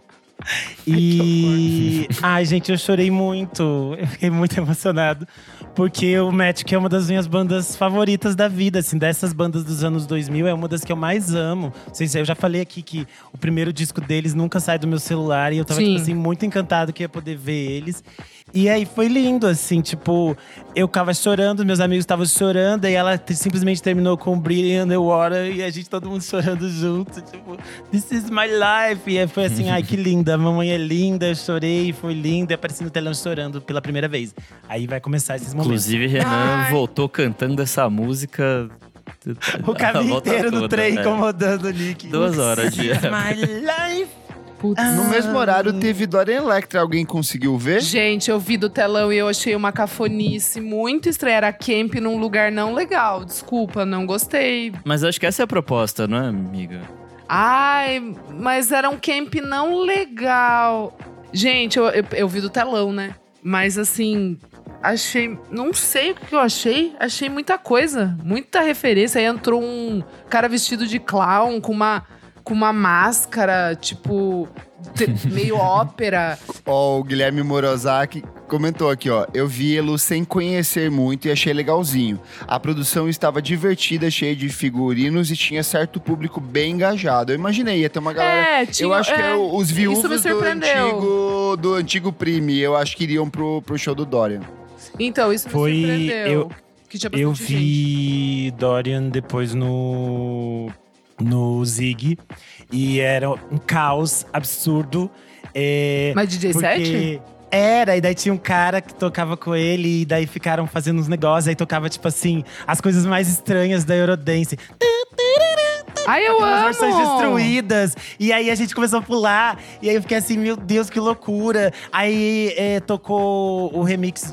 E. Ai, gente, eu chorei muito. Eu fiquei muito emocionado. Porque o Magic é uma das minhas bandas favoritas da vida, assim, dessas bandas dos anos dois mil, é uma das que eu mais amo. Não sei se- Eu já falei aqui que o primeiro disco deles nunca sai do meu celular e eu tava, Sim. tipo assim, muito encantado que ia poder ver eles. E aí foi lindo, assim, tipo, eu tava chorando, meus amigos estavam chorando, e ela t- simplesmente terminou com Breathing Underwater e a gente, todo mundo chorando junto, tipo, this is my life. E aí foi assim, ai, que linda, a mamãe é linda, eu chorei, foi linda, eu apareci no telão chorando pela primeira vez. Aí vai começar esses momentos. Inclusive, Renan Ai. voltou cantando essa música… O a caminho volta inteiro no toda, trem, é. incomodando o Nick. Duas horas de… This is my life. Putz. No mesmo horário teve Dorian Electra. Alguém conseguiu ver? Gente, eu vi do telão e eu achei uma cafonice muito estranha. Era camp num lugar não legal. Desculpa, não gostei. Mas acho que essa é a proposta, não é, amiga? Ai, mas era um camp não legal. Gente, eu, eu, eu vi do telão, né? Mas assim, achei… Não sei o que eu achei. Achei muita coisa, muita referência. Aí entrou um cara vestido de clown com uma, com uma máscara, tipo… te- meio ópera. Ó, o Guilherme Morozaki comentou aqui, ó. Eu vi Elo sem conhecer muito e achei legalzinho. A produção estava divertida, cheia de figurinos e tinha certo público bem engajado. Eu imaginei, ia ter uma galera… É, tinha, eu acho que é, é o- os isso me viúvos do surpreendeu. antigo, do antigo Prime. Eu acho que iriam pro, pro show do Dorian. Então, isso Foi- me surpreendeu. eu- que tinha Eu bastante gente. vi Dorian depois no, no Zig. E era um caos absurdo. É, Mas D J porque set? Era, e daí tinha um cara que tocava com ele. E daí ficaram fazendo uns negócios. Aí tocava, tipo assim, as coisas mais estranhas da Eurodance. Ai, eu Aquelas amo! versões destruídas. E aí a gente começou a pular. E aí eu fiquei assim, meu Deus, que loucura. Aí é, tocou o remix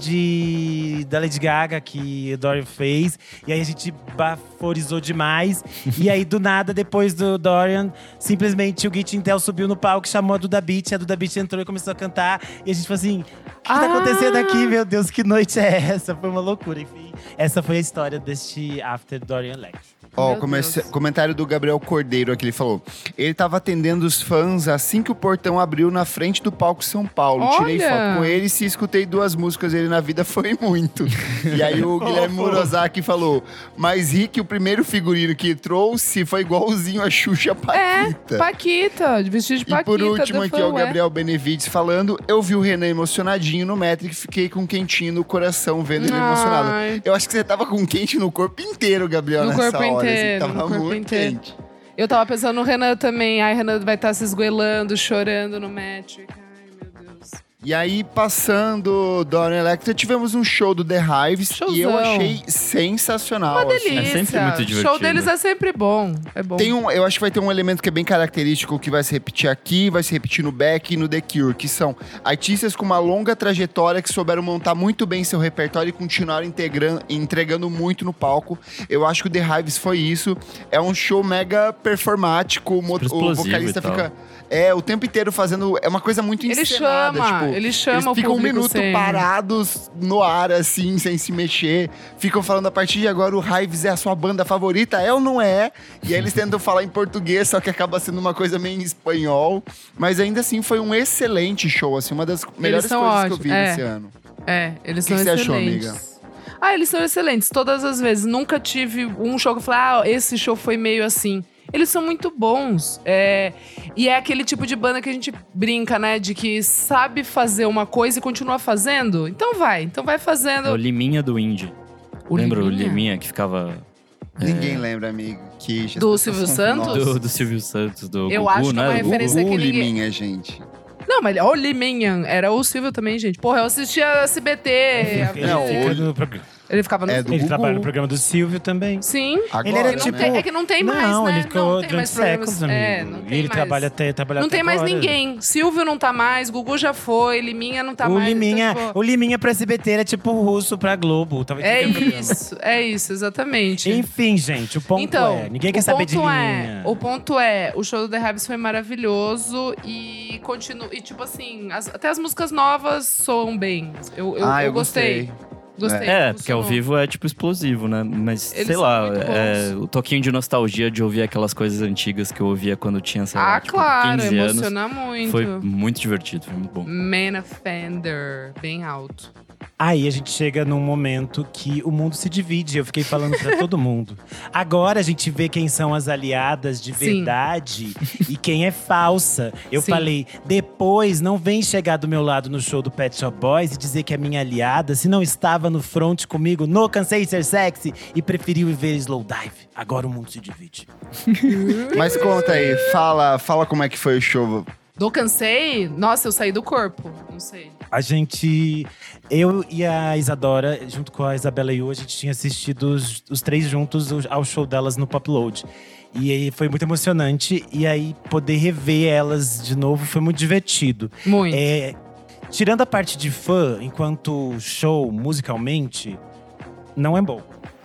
de, da Lady Gaga que o Dorian fez. E aí a gente baforizou demais. E aí, do nada, depois do Dorian, simplesmente o Git Intel subiu no palco, chamou a Duda Beat. A Duda Beat entrou e começou a cantar. E a gente falou assim, o que, que tá Ah! acontecendo aqui? Meu Deus, que noite é essa? Foi uma loucura. Enfim, essa foi a história deste After Dorian Electra. Ó, Meu comece- Deus. comentário do Gabriel Cordeiro aqui, ele falou. Ele tava atendendo os fãs assim que o portão abriu na frente do palco São Paulo. Tirei Olha! foto com ele e se escutei duas músicas dele na vida foi muito. E aí o Guilherme Morozaki falou, mas Rick, o primeiro figurino que trouxe foi igualzinho a Xuxa É, Paquita. Paquita, vestido de E Paquita. por último do aqui, ó, o Fanware. Gabriel Benevides falando. Eu vi o Renan emocionadinho no Metric e fiquei com um quentinho no coração vendo ele Ai. emocionado. Eu acho que você tava com um quente no corpo inteiro, Gabriel, No nessa corpo hora. assim, inteiro, tava no corpo muito inteiro. quente. Eu tava pensando no Renan também. Ai, Renan vai estar se esgoelando, chorando no Metric. Ai, meu Deus. E aí, passando Dorian Electra, tivemos um show do The Hives Showzão. e eu achei sensacional. Uma assim. delícia. É sempre muito O show divertido. deles é sempre bom. É bom. Tem um, eu acho que vai ter um elemento que é bem característico que vai se repetir aqui, vai se repetir no Beck e no The Cure, que são artistas com uma longa trajetória que souberam montar muito bem seu repertório e continuaram integran- entregando muito no palco. Eu acho que o The Hives foi isso. É um show mega performático, o, mo- Super o explosivo vocalista e tal. fica é, o tempo inteiro fazendo… É uma coisa muito Ele encenada. chama, tipo, ele chama Eles o ficam um público minuto sempre. parados no ar, assim, sem se mexer. Ficam falando, a partir de agora, o Hives é a sua banda favorita? É ou não é? E aí eles tentam falar em português, só que acaba sendo uma coisa meio em espanhol. Mas ainda assim, foi um excelente show, assim. Uma das melhores são coisas que eu ótimos, vi é. nesse ano. É, eles O que são que você achou, excelentes. amiga? Ah, eles são excelentes. Todas as vezes. Nunca tive um show que eu falei, ah, esse show foi meio assim. Eles são muito bons. É, e é aquele tipo de banda que a gente brinca, né? De que sabe fazer uma coisa e continua fazendo. Então vai. Então vai fazendo. É o Liminha do Indie. O Lembra Liminha? o Liminha que ficava… Ninguém lembra, amigo. Que as Do pessoas Silvio são- Santos? Nossa. Do, do Silvio Santos, do Eu Gugu, acho que é né? uma O Gugu. referência que Gugu, ninguém- Liminha, gente. Não, mas ó, o Liminha. Era o Silvio também, gente. Porra, eu assistia S B T. Ele, Não, fica hoje- no programa. Ele ficava no… É do Ele Gugu. trabalha no programa do Silvio também. Sim. Agora, Ele era Não tipo- né? tem- é que não tem mais, não, né? ele ficou não tem durante mais programas. séculos, amigo. É, não e tem ele mais. trabalha até trabalha Não até tem mais agora. ninguém. Silvio não tá mais, Gugu já foi, Liminha não tá o mais. Liminha, então, tipo, o Liminha pra S B T era tipo o russo pra Globo. Tava é tipo, programa. isso, é isso, exatamente. Enfim, gente, o ponto então, é… Ninguém o quer saber de ponto Liminha. é, O ponto é, o show do The Hives foi maravilhoso e continua. E tipo assim, as- até as músicas novas soam bem. Eu, eu, Ah, eu eu gostei. gostei. Gostei. É, porque ao funcionou. vivo é tipo explosivo, né? Mas, Eles sei são lá, muito bons. é, o toquinho de nostalgia de ouvir aquelas coisas antigas que eu ouvia quando tinha, sei lá, Ah, tipo, claro, quinze anos. emociona muito. Foi muito divertido, foi muito bom. Man Offender, bem alto. Aí a gente chega num momento que o mundo se divide. Eu fiquei falando pra todo mundo. Agora a gente vê quem são as aliadas de Sim. verdade e quem é falsa. Eu Sim. falei, depois não vem chegar do meu lado no show do Pet Shop Boys e dizer que é minha aliada se não estava no front comigo, no Cansei de Ser Sexy e preferiu viver Slow Dive. Agora o mundo se divide. Mas conta aí, fala, fala como é que foi o show. Do Cansei, nossa, eu saí do corpo. Não sei. A gente… Eu e a Isadora, junto com a Isabela Yu, a gente tinha assistido os, os três juntos ao show delas no Popload. E aí foi muito emocionante. E aí poder rever elas de novo foi muito divertido. Muito. É, tirando a parte de fã, enquanto show, musicalmente, não é bom.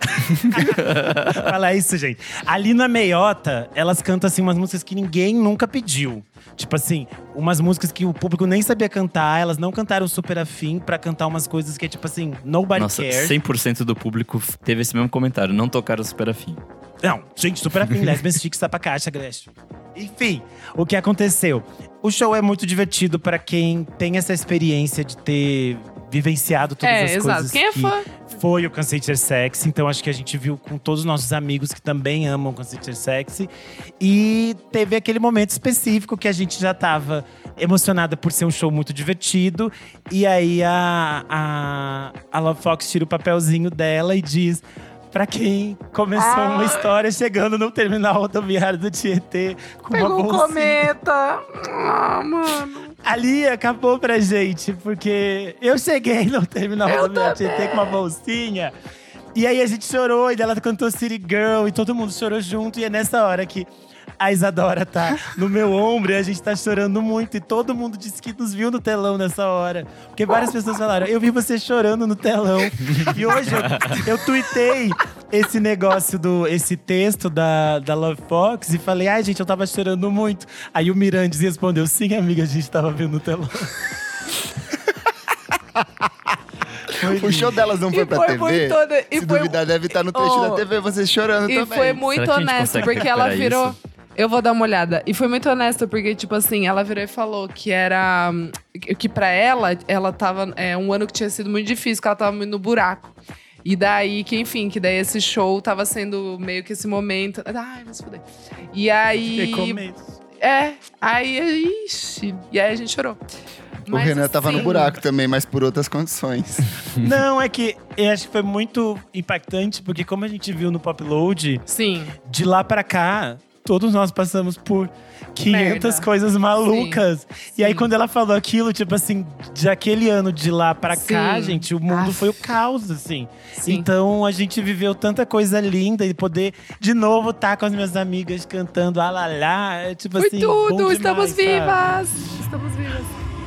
Fala isso, gente. Ali na meiota, elas cantam assim umas músicas que ninguém nunca pediu. Tipo assim, umas músicas que o público nem sabia cantar. Elas não cantaram super afim pra cantar umas coisas que é tipo assim, nobody Nossa, cares. cem por cento do público teve esse mesmo comentário. Não tocaram super afim. Não, gente, super afim. Lesbian Chic, está pra caixa, Grécio. Enfim, o que aconteceu? O show é muito divertido pra quem tem essa experiência de ter vivenciado todas É, as exato. coisas Quem é que fã? foi o Cansei de Ser Sexy. Então acho que a gente viu com todos os nossos amigos que também amam Cansei de Ser Sexy. E teve aquele momento específico que a gente já tava emocionada por ser um show muito divertido. E aí a, a, a Love Fox tira o papelzinho dela e diz… Pra quem começou Ah. uma história chegando no terminal rodoviário do Tietê com Pegou uma um bolsinha. cometa. Ah, mano. Ali acabou pra gente, porque eu cheguei no terminal Eu rodoviário do também. Tietê com uma bolsinha. E aí a gente chorou, e ela cantou City Girl, e todo mundo chorou junto. E é nessa hora que a Isadora tá no meu ombro e a gente tá chorando muito. E todo mundo disse que nos viu no telão nessa hora. Porque várias pessoas falaram, eu vi você chorando no telão. E hoje eu, eu tuitei esse negócio, do, esse texto da, da Love Fox e falei, ai gente, eu tava chorando muito. Aí o Mirandes respondeu, sim amiga, a gente tava vendo no telão. Foi O show delas não E foi pra foi T V? muito, né? E Se foi- duvidar, deve estar no trecho Oh. da T V, vocês chorando E também. foi muito Será que a gente honesto, consegue porque ela recuperar virou… isso? Eu vou dar uma olhada. E foi muito honesto, porque, tipo assim, ela virou e falou que era… Que pra ela, ela tava… É um ano que tinha sido muito difícil, que ela tava muito no buraco. E daí, que enfim, que daí esse show tava sendo meio que esse momento… Ai, vai se fuder. E aí… Recomeço. É, aí… Ixi. E aí a gente chorou. O Renan tava no assim, buraco também, mas por outras condições. Não, é que eu acho que foi muito impactante, porque como a gente viu no Popload, Sim. de lá pra cá, todos nós passamos por quinhentas Merda. coisas malucas. E aí, Sim. quando ela falou aquilo, tipo assim, de aquele ano de lá pra cá, Sim. gente, o mundo Aff. foi o caos, assim. Sim. Então, a gente viveu tanta coisa linda e poder, de novo, estar com as minhas amigas cantando alalá. É, tipo Foi assim, bom tudo! demais, Estamos sabe? vivas! Estamos vivas.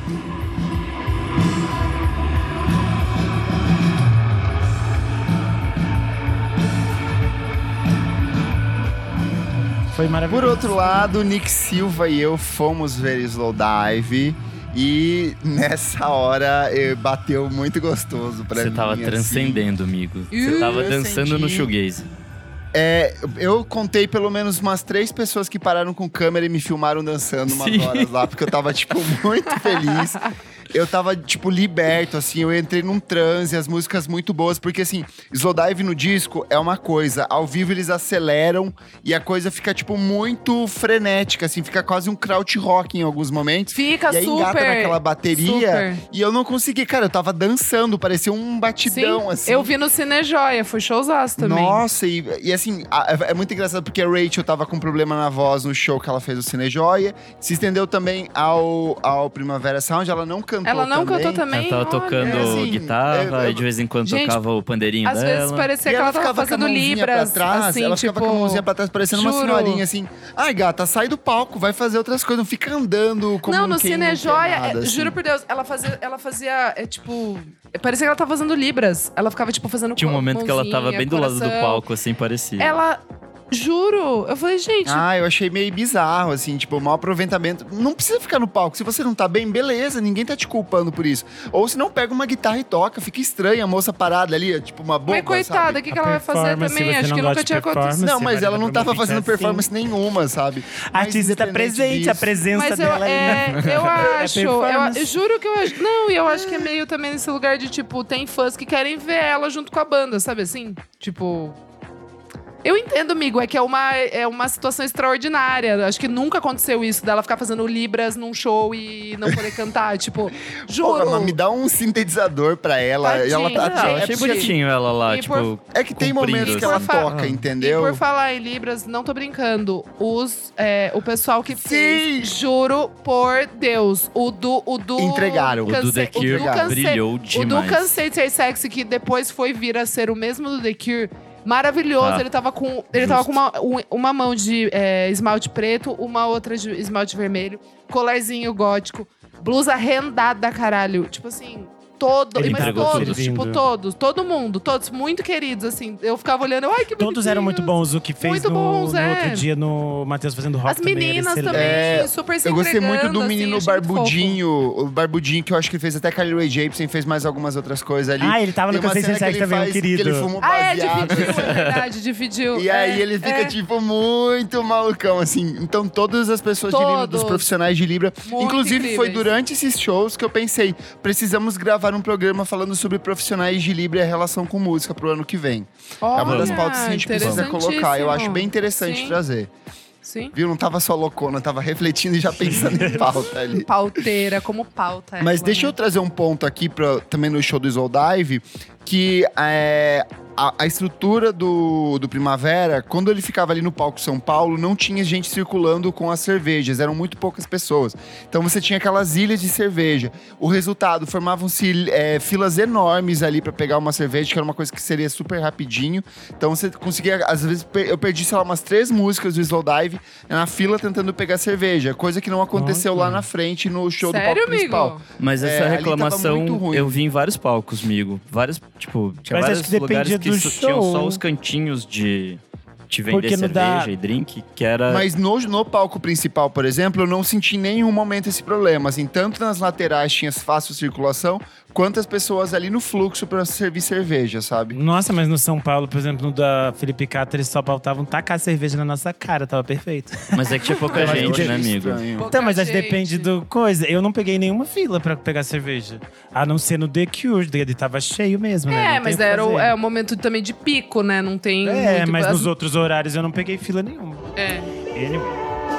Foi Por maravilhoso. outro lado, Nick Silva e eu fomos ver Slowdive. E nessa hora eh, bateu muito gostoso pra Você mim. tava assim. transcendendo, amigo. Você tava eu dançando no senti- shoegaze. É, eu contei pelo menos umas três pessoas que pararam com câmera e me filmaram dançando umas Sim. horas lá, porque eu tava, tipo, muito feliz. Eu tava, tipo, liberto, assim, eu entrei num transe, as músicas muito boas, porque assim, Slowdive no disco é uma coisa, ao vivo eles aceleram e a coisa fica, tipo, muito frenética, assim, fica quase um kraut rock em alguns momentos. Fica e aí super. engata naquela bateria super. e eu não consegui, cara, eu tava dançando, parecia um batidão, Sim, assim. eu vi no Cine Joia, foi showzaço também. Nossa, e, e assim, a- é muito engraçado porque a Rachel tava com problema na voz no show que ela fez no Cine Joia. Se estendeu também ao, ao Primavera Sound, ela não cantou Ela não também. cantou também? Ela tava Olha. tocando É, assim, guitarra é, é- e de vez em quando Gente, tocava o pandeirinho Às dela. vezes parecia E que ela ficava tava com a fazendo mãozinha libras, pra trás, assim, ela tipo… ficava com a mãozinha pra trás, parecendo uma juro. senhorinha, assim. Ai, gata, sai do palco, vai fazer outras coisas, não fica andando como Não, no quem Cine não quer Joia, nada, é, assim. juro por Deus, ela fazia, ela fazia é, tipo… Parecia que ela tava fazendo libras. Ela ficava, tipo, fazendo Tinha um momento que ela tava mãozinha, bem do lado do coração. palco, assim, parecia. Ela… Juro! Eu falei, gente… Ah, eu achei meio bizarro, assim, tipo, mau aproveitamento. Não precisa ficar no palco. Se você não tá bem, beleza, ninguém tá te culpando por isso. Ou se não, pega uma guitarra e toca. Fica estranha a moça parada ali, tipo uma boba, Mas coitada, o sabe? que, que ela vai fazer performance, também? você Acho não que gosta nunca de tinha acontecido. performance, Não, você mas vai ela não pra tava uma fazendo ficar performance nenhuma, sabe? A artista tá independente presente, a disso- presença Mas eu, dela ali, é, né? eu acho, eu, performance. eu juro que eu acho. Não, e eu acho que é meio também nesse lugar de, tipo, tem fãs que querem ver ela junto com a banda, sabe assim? Tipo. Eu entendo, amigo, é que é uma, é uma situação extraordinária. Acho que nunca aconteceu isso dela ficar fazendo libras num show e não poder cantar. Tipo, juro. Porra, mas me dá um sintetizador pra ela. E ela tá, Tadinha. Ah, eu é achei porque- bonitinho ela lá, e tipo. por- É que tem cumprindo, momentos que assim. ela Por fa- toca, E entendeu? por falar em libras, não tô brincando. Os, é, o pessoal que Sim. fez, juro por Deus, o do… O do Entregaram. O do Canse- The Cure do Canse- brilhou O do demais. Cansei de Ser Sexy, que depois foi vir a ser o mesmo do The Cure, Maravilhoso. Tá. Ele tava com, ele tava com uma, um- uma mão de é, esmalte preto, uma outra de esmalte vermelho, colarzinho gótico, blusa rendada, caralho. Tipo assim, todo. Ele Mas entregou todos, tudo. tipo, Lindo. todos, todo mundo, todos muito queridos, assim. Eu ficava olhando, ai, que Todos eram muito bonitinhos. bons. O que fez Muito no, bons, no é. outro dia no Matheus fazendo rock As meninas também. também, era excelente. É, super se Eu gostei muito entregando, do assim, menino achei muito barbudinho, o barbudinho que eu acho que fez até Carly Rae Jepsen, fez mais algumas outras coisas ali. Ah, ele tava no Tem uma Cansei de cena Ser que ele também, um faz, querido. Que ele fuma um Ah, é, baseado. dividiu, é verdade, dividiu. E aí É, ele fica, é. tipo, muito malucão, assim. Então, todas as pessoas de Libra, dos Todos. profissionais de Libra. Muito Inclusive, foi incríveis. durante esses shows que eu pensei, precisamos gravar um programa falando sobre profissionais de Libra e a relação com música pro ano que vem. É uma das Olha, pautas que a gente precisa colocar. Eu acho bem interessante Sim. trazer. Sim. Viu? Não tava só loucona, tava refletindo e já pensando em pauta ali. Pauteira, como pauta. Mas ela, deixa né? eu trazer um ponto aqui pra, também no show do Slowdive, que é, a, a estrutura do, do Primavera, quando ele ficava ali no palco São Paulo, não tinha gente circulando com as cervejas, eram muito poucas pessoas. Então você tinha aquelas ilhas de cerveja. O resultado, formavam-se é, filas enormes ali pra pegar uma cerveja, que era uma coisa que seria super rapidinho. Então você conseguia, às vezes, per- eu perdi, sei lá, umas três músicas do Slowdive na fila tentando pegar cerveja, coisa que não aconteceu Nossa. lá na frente no show Sério, do palco principal. amigo? Mas É, essa ali reclamação tava muito ruim. eu vi em vários palcos, amigo. Vários, tipo, tinha Mas vários acho que lugares dependia que do só tinham show. só os cantinhos de te vender Porque no cerveja da- e drink, que era... Mas no, no palco principal, por exemplo, eu não senti em nenhum momento esse problema. Assim, tanto nas laterais tinha fácil circulação, quanto as pessoas ali no fluxo pra servir cerveja, sabe? Nossa, mas no São Paulo, por exemplo, no da Felipe Cato, eles só faltavam tacar cerveja na nossa cara, tava perfeito. Mas é que tinha pouca Eu gente, achei né, amigo? estranho. Pouca Então, mas acho que gente. depende do coisa. Eu não peguei nenhuma fila pra pegar cerveja. A não ser no The Cure, ele tava cheio mesmo, né? É, Não tem mas o que era o, fazer. é o momento também de pico, né? Não tem É, muito... mas as- nos outros horários eu não peguei fila nenhuma. É. Anyway.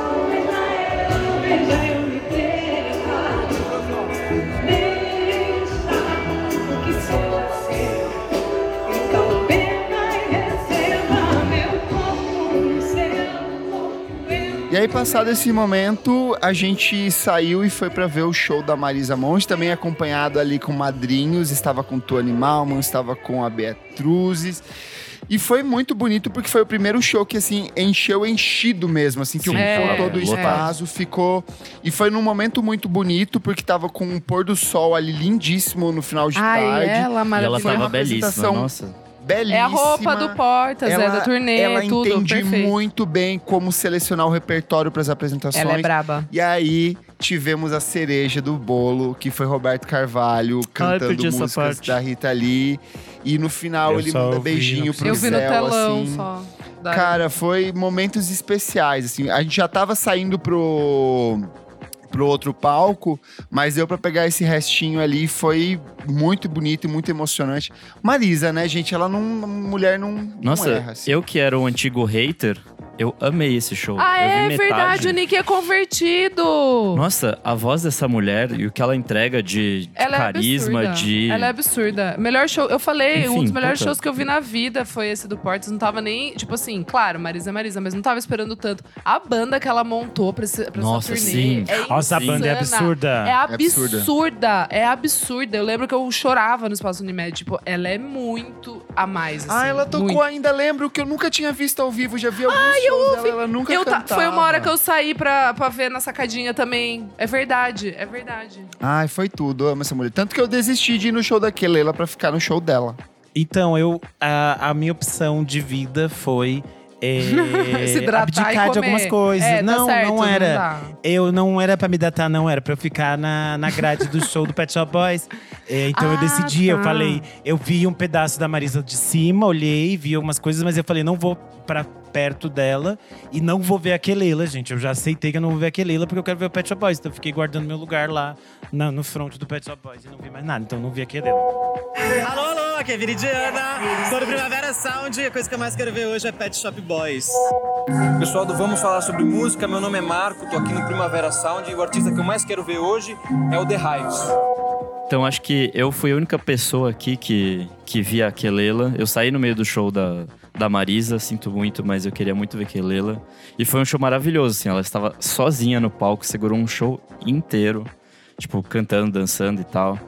E aí, passado esse momento, a gente saiu e foi pra ver o show da Marisa Monte, também acompanhado ali com madrinhos, estava com Tony Malman, estava com a Beatruzes. E foi muito bonito porque foi o primeiro show que, assim, encheu enchido mesmo, assim, que Sim, ocupou é, todo o lotado. espaço, ficou... E foi num momento muito bonito, porque tava com um pôr do sol ali lindíssimo no final de Ai, tarde. ela E ela maravilhosa. Foi tava uma belíssima, apresentação nossa. Belíssima. É a roupa do Portas, é da turnê, ela tudo, entende perfeito. muito bem como selecionar o repertório para as apresentações. Ela é braba. E aí, tivemos a cereja do bolo, que foi Roberto Carvalho cantando perdi essa músicas parte. da Rita Lee. E no final, Eu ele só manda ouvi, beijinho não pro Eu vi no Zéu, telão assim. só. Da- Cara, foi momentos especiais, assim. A gente já tava saindo pro... pro outro palco, mas deu pra pegar esse restinho ali, foi muito bonito e muito emocionante. Marisa, né, gente? Ela não... Mulher não, não Nossa, erra, assim. eu que era o antigo hater, eu amei esse show. Ah, eu vi é metade. verdade, o Nick é convertido. Nossa, a voz dessa mulher e o que ela entrega de, de Ela carisma, é absurda. de... Ela é absurda. Melhor show, eu falei, um Enfim, dos melhores puta. shows que eu vi na vida foi esse do Portas. Não tava nem, tipo assim, claro, Marisa é Marisa, mas não tava esperando tanto. A banda que ela montou pra, esse, pra Nossa, essa turnê sim. é Nossa, a insana. banda é absurda. É absurda. absurda. É absurda. Eu lembro que eu chorava no Espaço Unimed. Tipo, ela é muito a mais, assim. Ah, ela tocou muito. ainda, lembro que eu nunca tinha visto ao vivo, já vi alguns shows dela, ela nunca Eu ta- cantava. Foi uma hora que eu saí pra, pra ver na sacadinha também. É verdade, é verdade. Ai, foi tudo, eu amo essa mulher. Tanto que eu desisti de ir no show da Kelela pra ficar no show dela. Então, eu, a, a minha opção de vida foi é, Se hidratar e abdicar de comer. algumas coisas. É, tá não, certo, não não era. dá. eu não era pra me datar, não era pra eu ficar na, na grade do show do Pet Shop Boys. É, então eu Ah, decidi, eu tá. falei, eu vi um pedaço da Marisa de cima, olhei, vi algumas coisas, mas eu falei, não vou pra perto dela e não vou ver a Kelela, gente. Eu já aceitei que eu não vou ver a Kelela porque eu quero ver o Pet Shop Boys. Então eu fiquei guardando meu lugar lá na- no front do Pet Shop Boys e não vi mais nada. Então eu não vi a Kelela. Alô, alô, aqui é Viridiana. Tô no Primavera Sound e a coisa que eu mais quero ver hoje é Pet Shop Boys. Pessoal do Vamos Falar Sobre Música, meu nome é Marco, tô aqui no Primavera Sound e o artista que eu mais quero ver hoje é o The Hives. Então acho que eu fui a única pessoa aqui que, que via a Kelela. Eu saí no meio do show da, da Marisa, sinto muito, mas eu queria muito ver Kelela. E foi um show maravilhoso, assim. Ela estava sozinha no palco, segurou um show inteiro. Tipo, cantando, dançando e tal.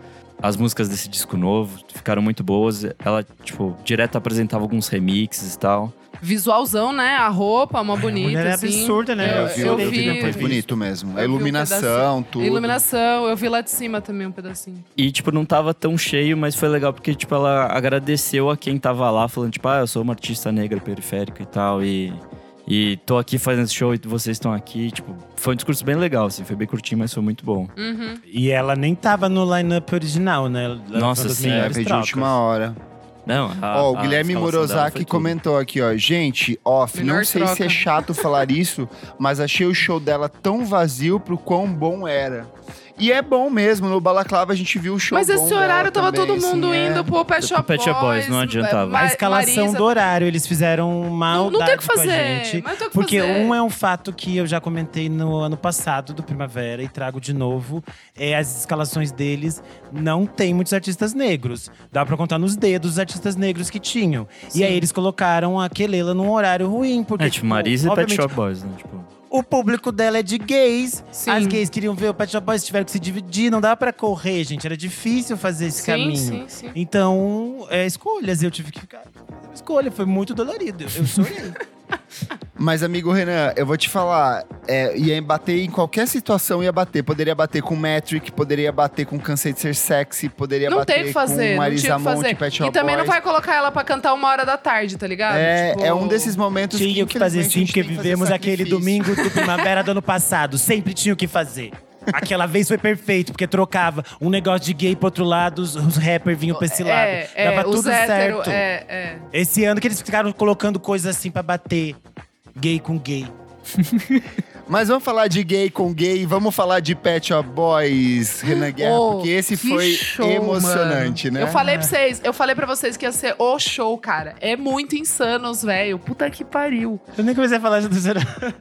as músicas desse disco novo ficaram muito boas. Ela, tipo, direto apresentava alguns remixes e tal. Visualzão, né? A roupa, uma bonita, mulher é assim. absurda, né? É, eu Eu, vi, eu eu vi vi, depois, bonito mesmo. A eu vi um iluminação, pedacinho. tudo. Iluminação, eu vi lá de cima também um pedacinho. E, tipo, não tava tão cheio, mas foi legal porque, tipo, ela agradeceu a quem tava lá, falando, tipo, ah, eu sou uma artista negra periférica e tal, e, e tô aqui fazendo esse show e vocês estão aqui. Tipo, foi um discurso bem legal, assim, foi bem curtinho, mas foi muito bom. Uhum. E ela nem tava no line-up original, né? Ela Nossa, foi das sim, É, melhores veio de trocas. última hora. Não, a, Ó, o a Guilherme escalação dela Morozaki foi tudo. comentou aqui, ó. Gente, off, Melhor não sei troca. se é chato falar isso, mas achei o show dela tão vazio pro quão bom era. E é bom mesmo, no Balaclava a gente viu o show Mas bom esse horário dela tava também, todo mundo assim, é. indo pro Pet Shop Pet Shop Boys, não adiantava. Ma- A escalação Marisa- do horário, eles fizeram Não, maldade não tem o que com a fazer. gente. Mas não tem o que Porque fazer. um é um fato que eu já comentei no ano passado do Primavera e trago de novo. É as escalações deles não tem muitos artistas negros. Dá pra contar nos dedos os artistas negros que tinham. Sim. E aí eles colocaram a Kelela num horário ruim. Porque, É, tipo, Marisa e Pet obviamente, Shop Boys, né? Tipo, o público dela é de gays. Sim. As gays queriam ver o Pet Shop Boys, tiveram que se dividir. Não dava pra correr, gente. Era difícil fazer esse Sim, caminho. sim, sim. Então, é escolhas. Eu tive que ficar… Escolha, foi muito dolorido. Eu chorei. Mas, amigo Renan, eu vou te falar, é, ia bater em qualquer situação, ia bater. Poderia bater com Metric, poderia bater com Cansei de Ser Sexy, poderia Não bater tem o que fazer, com não Marisa tinha o que Monte, fazer. Pet Shop E também não Boys. vai colocar ela pra cantar uma hora da tarde, tá ligado? É, Tipo, é um desses momentos que, Tinha o que fazer infelizmente, a sim, gente porque tem que fazer vivemos aquele sacrifício. domingo do Primavera do ano passado. Sempre tinha o que fazer. Aquela vez foi perfeito, porque trocava um negócio de gay pro outro lado, os, os rappers vinham pra esse lado. É, é, Dava os tudo hétero, certo. é, é. Esse ano que eles ficaram colocando coisas assim pra bater. Gay com gay. Mas vamos falar de gay com gay, vamos falar de Pet Shop Boys, Renan Guerra, Oh, porque esse que foi show, emocionante, mano. né? Eu falei pra vocês, eu falei pra vocês que ia ser o show, cara. É muito insano, os velho. Puta que pariu. Eu nem comecei a falar de terceira.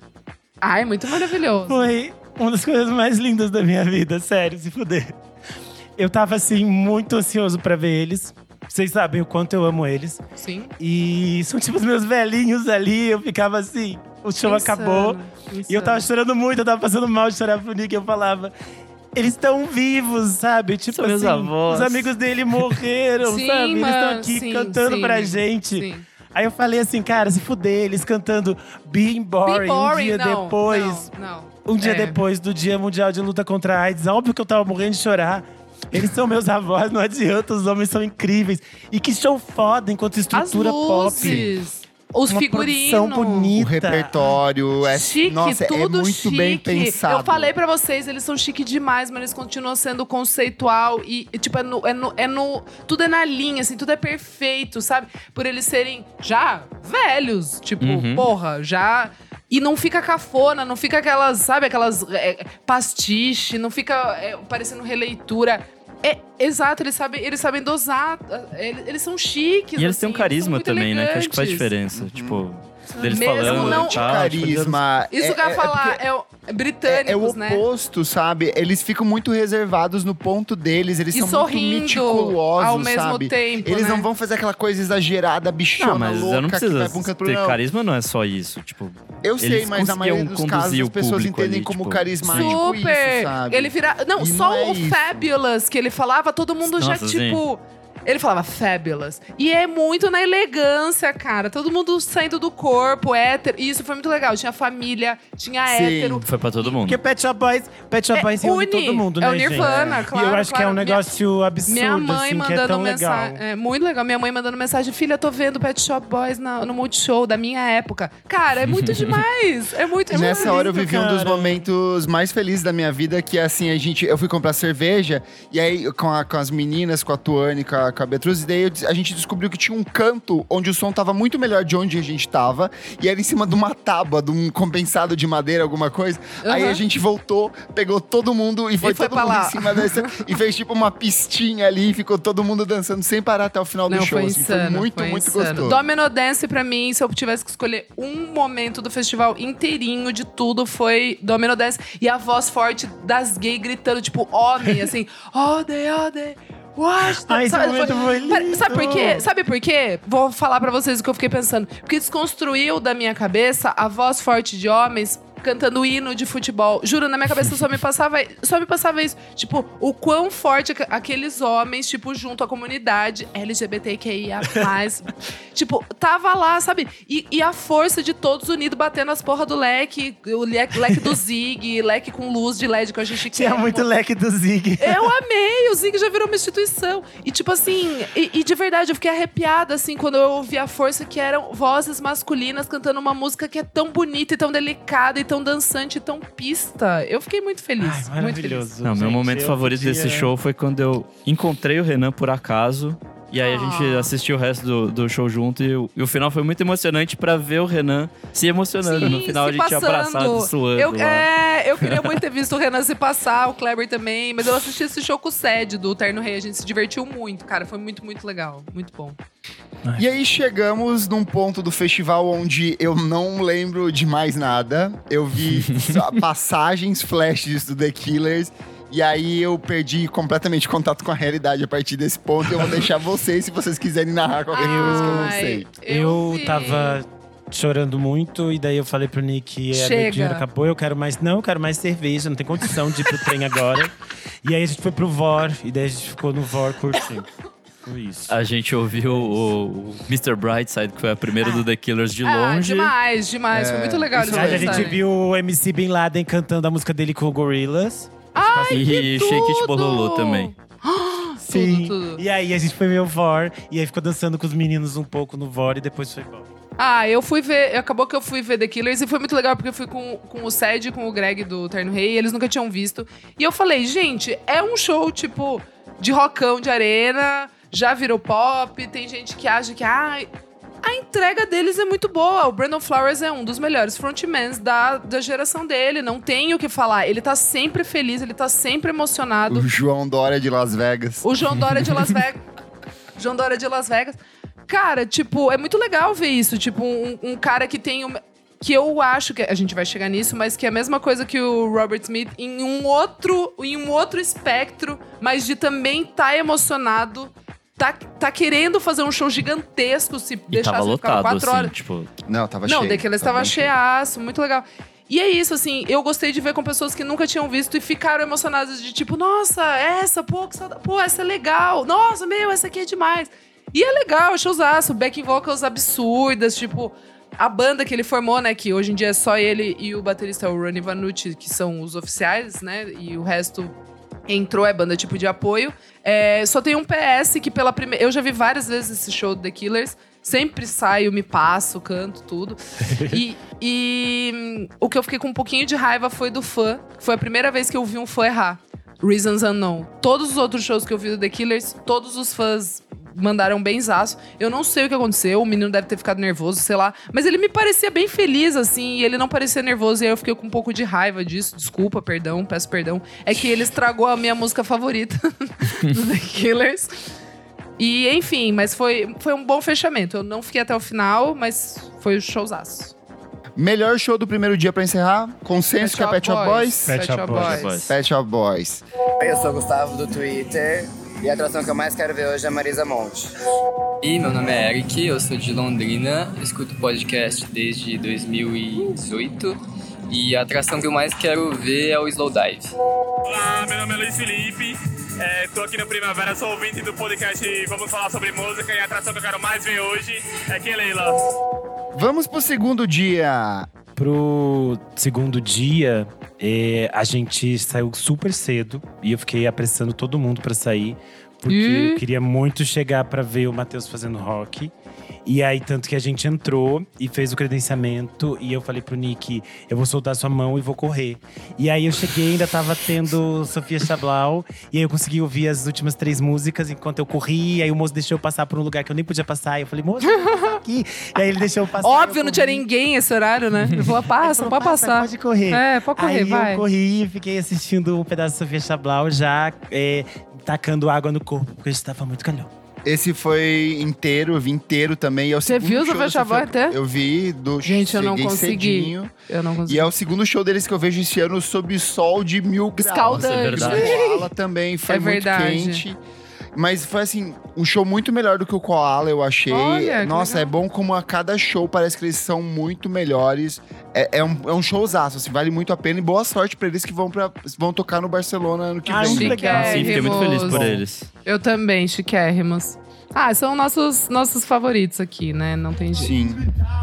Ai, muito maravilhoso. Foi uma das coisas mais lindas da minha vida, sério, se fuder. Eu tava, assim, muito ansioso pra ver eles. Vocês sabem o quanto eu amo eles. Sim. E são tipo os meus velhinhos ali, eu ficava assim… O show Insano, acabou insano. e eu tava chorando muito, eu tava passando mal de chorar pro Nick. Eu falava, eles estão vivos, sabe? Tipo São meus assim, avós. os amigos dele morreram, Sim, sabe? Eles estão mano, aqui sim, cantando sim, pra gente. sim. Aí eu falei assim, cara, se fuder, eles cantando Being Boring, Be boring, um dia não, depois. Não, não. Um dia É. depois do Dia Mundial de Luta contra a AIDS. Óbvio que eu tava morrendo de chorar. Eles são meus avós, não adianta, os homens são incríveis. E que show foda enquanto As estrutura pop. luzes, os Uma figurinos. produção bonita. O repertório é, Chique, nossa, tudo é muito chique. bem pensado. Eu falei pra vocês, eles são chique demais, mas eles continuam sendo conceitual e, e, tipo, é no, é, no, é no… Tudo é na linha, assim, tudo é perfeito, sabe? Por eles serem já velhos, tipo, Uhum. porra, já… E não fica cafona, não fica aquelas, sabe, aquelas é, pastiche, não fica é, parecendo releitura. É, exato, eles sabem, eles sabem dosar, eles, eles são chiques. e eles têm um assim, carisma são muito também, né? Que acho que faz elegantes. diferença. Tipo, deles Mesmo falando não- e De tal. carisma. Isso é, que eu ia é- falar, porque é, o- é É, britânicos, é o né? oposto, sabe? Eles ficam muito reservados no ponto deles. Eles E são sorrindo muito meticulosos, ao mesmo sabe? tempo, Eles né? não vão fazer aquela coisa exagerada, bichona, Não, mas louca, eu não que preciso vai pra um canto pro ter não. carisma, não é só isso. Tipo, Eu sei, eles mas na maioria conseguiam dos casos conduzir as o pessoas público entendem ali, como tipo, carismático Super! isso, sabe? Ele vira. Não, E só não é o isso. Fabulous que ele falava, todo mundo já, Nossa, sim. tipo. Ele falava Fabulous. E é muito na elegância, cara. Todo mundo saindo do corpo, hétero. E isso foi muito legal. Tinha família, tinha Sim. hétero. foi pra todo mundo. Porque Pet Shop Boys, Pet Shop É, Boys reúne une. todo mundo, né, É o Nirvana, gente? claro, E eu acho que é claro. um negócio absurdo, Minha mãe assim, que é mandando tão legal. mensagem. É muito legal. Minha mãe mandando mensagem: filha, tô vendo Pet Shop Boys na- no Multishow da minha época. Cara, é muito demais. É muito é Nessa muito hora eu lindo, vivi um dos cara. momentos mais felizes da minha vida, que é assim, a gente, eu fui comprar cerveja, e aí com, a- com as meninas, com a Tuane, com a, com a Beatriz, e daí eu des- a gente descobriu que tinha um canto onde o som tava muito melhor de onde a gente tava, e era em cima de uma tábua, de um compensado de madeira, alguma coisa. Aí Uhum. a gente voltou, pegou todo mundo e foi, foi todo pra mundo lá. em cima dessa, e fez tipo uma pistinha ali, e ficou todo mundo dançando sem parar até o final do Não, show. foi assim, insano, foi muito, foi muito insano. gostoso. Domino Dance, pra mim, se eu tivesse que escolher um momento do festival inteirinho de tudo, foi Domino Dance. E a voz forte das gays gritando, tipo, homem, assim. Ode, ode. What? Ai, esse momento foi lindo. Pera, Sabe por quê? Sabe por quê? Vou falar pra vocês o que eu fiquei pensando. Porque desconstruiu da minha cabeça a voz forte de homens cantando o hino de futebol. Juro, na minha cabeça só me passava, só me passava isso. Tipo, o quão forte aqueles homens, tipo, junto à comunidade L G B T Q I A mais. Tipo, tava lá, sabe? E, e a força de todos unidos batendo as porra do leque, o leque, leque do Zig, leque com luz de L E D que a gente quer. Tinha muito leque do Zig. Eu amei, o Zig já virou uma instituição. E tipo assim, e, e de verdade, eu fiquei arrepiada, assim, quando eu ouvi a força que eram vozes masculinas cantando uma música que é tão bonita e tão delicada e tão dançante e tão pista. Eu fiquei muito feliz. Ai, muito maravilhoso. feliz. Não, meu gente, momento eu favorito podia- desse show foi quando eu encontrei o Renan por acaso. E aí a gente Ah. assistiu o resto do, do show junto e o, e o final foi muito emocionante pra ver o Renan se emocionando. Sim, no final a se gente passando. abraçado, suando Eu, lá. é, eu queria muito ter visto o Renan se passar, o Kleber também. Mas eu assisti esse show com o Sed, do Terno Rei. A gente se divertiu muito, cara. Foi muito, muito legal. Muito bom. E aí chegamos num ponto do festival onde eu não lembro de mais nada. Eu vi só passagens, flashes do The Killers. E aí eu perdi completamente contato com a realidade a partir desse ponto. Eu vou deixar vocês, se vocês quiserem narrar qualquer coisa que eu não sei. Eu, vi. tava chorando muito e daí eu falei pro Nick, é, Chega. meu dinheiro acabou, eu quero mais… Não, eu quero mais cerveja, não tem condição de ir pro trem agora. E aí a gente foi pro V O R, e daí a gente ficou no V O R curtindo. Foi isso. A gente ouviu o, o mister Brightside, que foi a primeira do The Killers de Ah, longe. demais, demais. Foi muito legal. isso eles Aí a gente conversarem. viu o M C Bin Laden cantando a música dele com o Gorillaz. Ai, E que Shake It tudo! Bololô também. Sim. tudo. E aí a gente foi ver o V O R, e aí ficou dançando com os meninos um pouco no V O R e depois foi embora. Ah, eu fui ver… Acabou que eu fui ver The Killers e foi muito legal, porque eu fui com, com o Sed e com o Greg do Terno Rei, e eles nunca tinham visto. E eu falei, gente, é um show, tipo, de rockão de arena, já virou pop, tem gente que acha que… Ah, a entrega deles é muito boa. O Brandon Flowers é um dos melhores frontmans da, da geração dele. Não tem o que falar. Ele tá sempre feliz, ele tá sempre emocionado. O João Dória de Las Vegas. O João Dória de Las Vegas. João Dória de Las Vegas. Cara, tipo, é muito legal ver isso. Tipo, um, um cara que tem… Um, que eu acho que… A gente vai chegar nisso, mas que é a mesma coisa que o Robert Smith em um outro, em um outro espectro, mas de também tá emocionado. Tá, tá querendo fazer um show gigantesco, se E deixasse tava ele ficava lotado, quatro assim, horas. tipo… Não, tava Não, cheio. The Killers tava tava bem cheio. cheiaço, muito legal. E é isso, assim, eu gostei de ver com pessoas que nunca tinham visto e ficaram emocionadas de tipo, nossa, essa, pô, que saudade, pô, essa é legal. Nossa, meu, essa aqui é demais. E é legal, showzaço, backing vocals absurdas, tipo… A banda que ele formou, né, que hoje em dia é só ele e o baterista, o Ronnie Vanucci, que são os oficiais, né, e o resto entrou, é banda tipo de apoio. É, só tem um P S que pela primeira… Eu já vi várias vezes esse show do The Killers. Sempre saio, me passo, canto, tudo. e, e hum, o que eu fiquei com um pouquinho de raiva foi do fã. Foi a primeira vez que eu vi um fã errar. Reasons Unknown. Todos os outros shows que eu vi do The Killers, todos os fãs mandaram benzaço. Eu não sei o que aconteceu, o menino deve ter ficado nervoso, sei lá. Mas ele me parecia bem feliz, assim, e ele não parecia nervoso. E aí eu fiquei com um pouco de raiva disso. Desculpa, perdão, peço perdão. É que ele estragou a minha música favorita do The Killers. E, enfim, mas foi, foi um bom fechamento. Eu não fiquei até o final, mas foi um showzaço. Melhor show do primeiro dia pra encerrar? Consenso que é Pet Shop Boys? Pet Shop Boys. Boys. Pet Shop Boys. Oi, eu sou o Gustavo do Twitter e a atração que eu mais quero ver hoje é a Marisa Monte. E meu nome é Eric, eu sou de Londrina, escuto podcast desde dois mil e dezoito e a atração que eu mais quero ver é o Slowdive. Olá, meu nome é Luiz Felipe, é, tô aqui no Primavera, sou ouvinte do podcast Vamos Falar Sobre Música e a atração que eu quero mais ver hoje é que Leila. Vamos pro segundo dia. Pro segundo dia, é, a gente saiu super cedo e eu fiquei apressando todo mundo pra sair, porque Ih. eu queria muito chegar pra ver o Matheus fazendo rock. E aí, tanto que a gente entrou e fez o credenciamento. E eu falei pro Nick, eu vou soltar sua mão e vou correr. E aí eu cheguei, ainda tava tendo Sofia Chablau. E aí eu consegui ouvir as últimas três músicas enquanto eu corri. E aí o moço deixou eu passar por um lugar que eu nem podia passar. E eu falei, moço, eu vou passar aqui. E aí ele deixou eu passar. Óbvio, eu não tinha corri. ninguém esse horário, né? Ele falou, passa, Ele falou, pode "Passa, passar. Pode correr. É, pode correr, aí vai. eu corri e fiquei assistindo um pedaço de Sofia Chablau já é, tacando água no corpo, porque estava muito calor. Esse foi inteiro, eu vi inteiro também. É o Você segundo viu o show Sofia da Chablau Sofia- até? Eu vi, do Gente, eu não cheguei consegui. cedinho. Eu não consegui. E é o segundo show deles que eu vejo esse ano sob sol de mil graus. Escaldante. Nossa, é verdade. Fala também, foi É muito verdade. quente. Mas foi assim, um show muito melhor do que o Koala, eu achei. Olha, Nossa, é bom como a cada show parece que eles são muito melhores. É, é, um, é um showzaço, assim, vale muito a pena. E boa sorte pra eles que vão, pra, vão tocar no Barcelona ano que Ah, vem. que legal. Sim, fiquei muito feliz por eles. Eu também, chiquérrimos. Ah, são nossos, nossos favoritos aqui, né? Não tem jeito. Sim.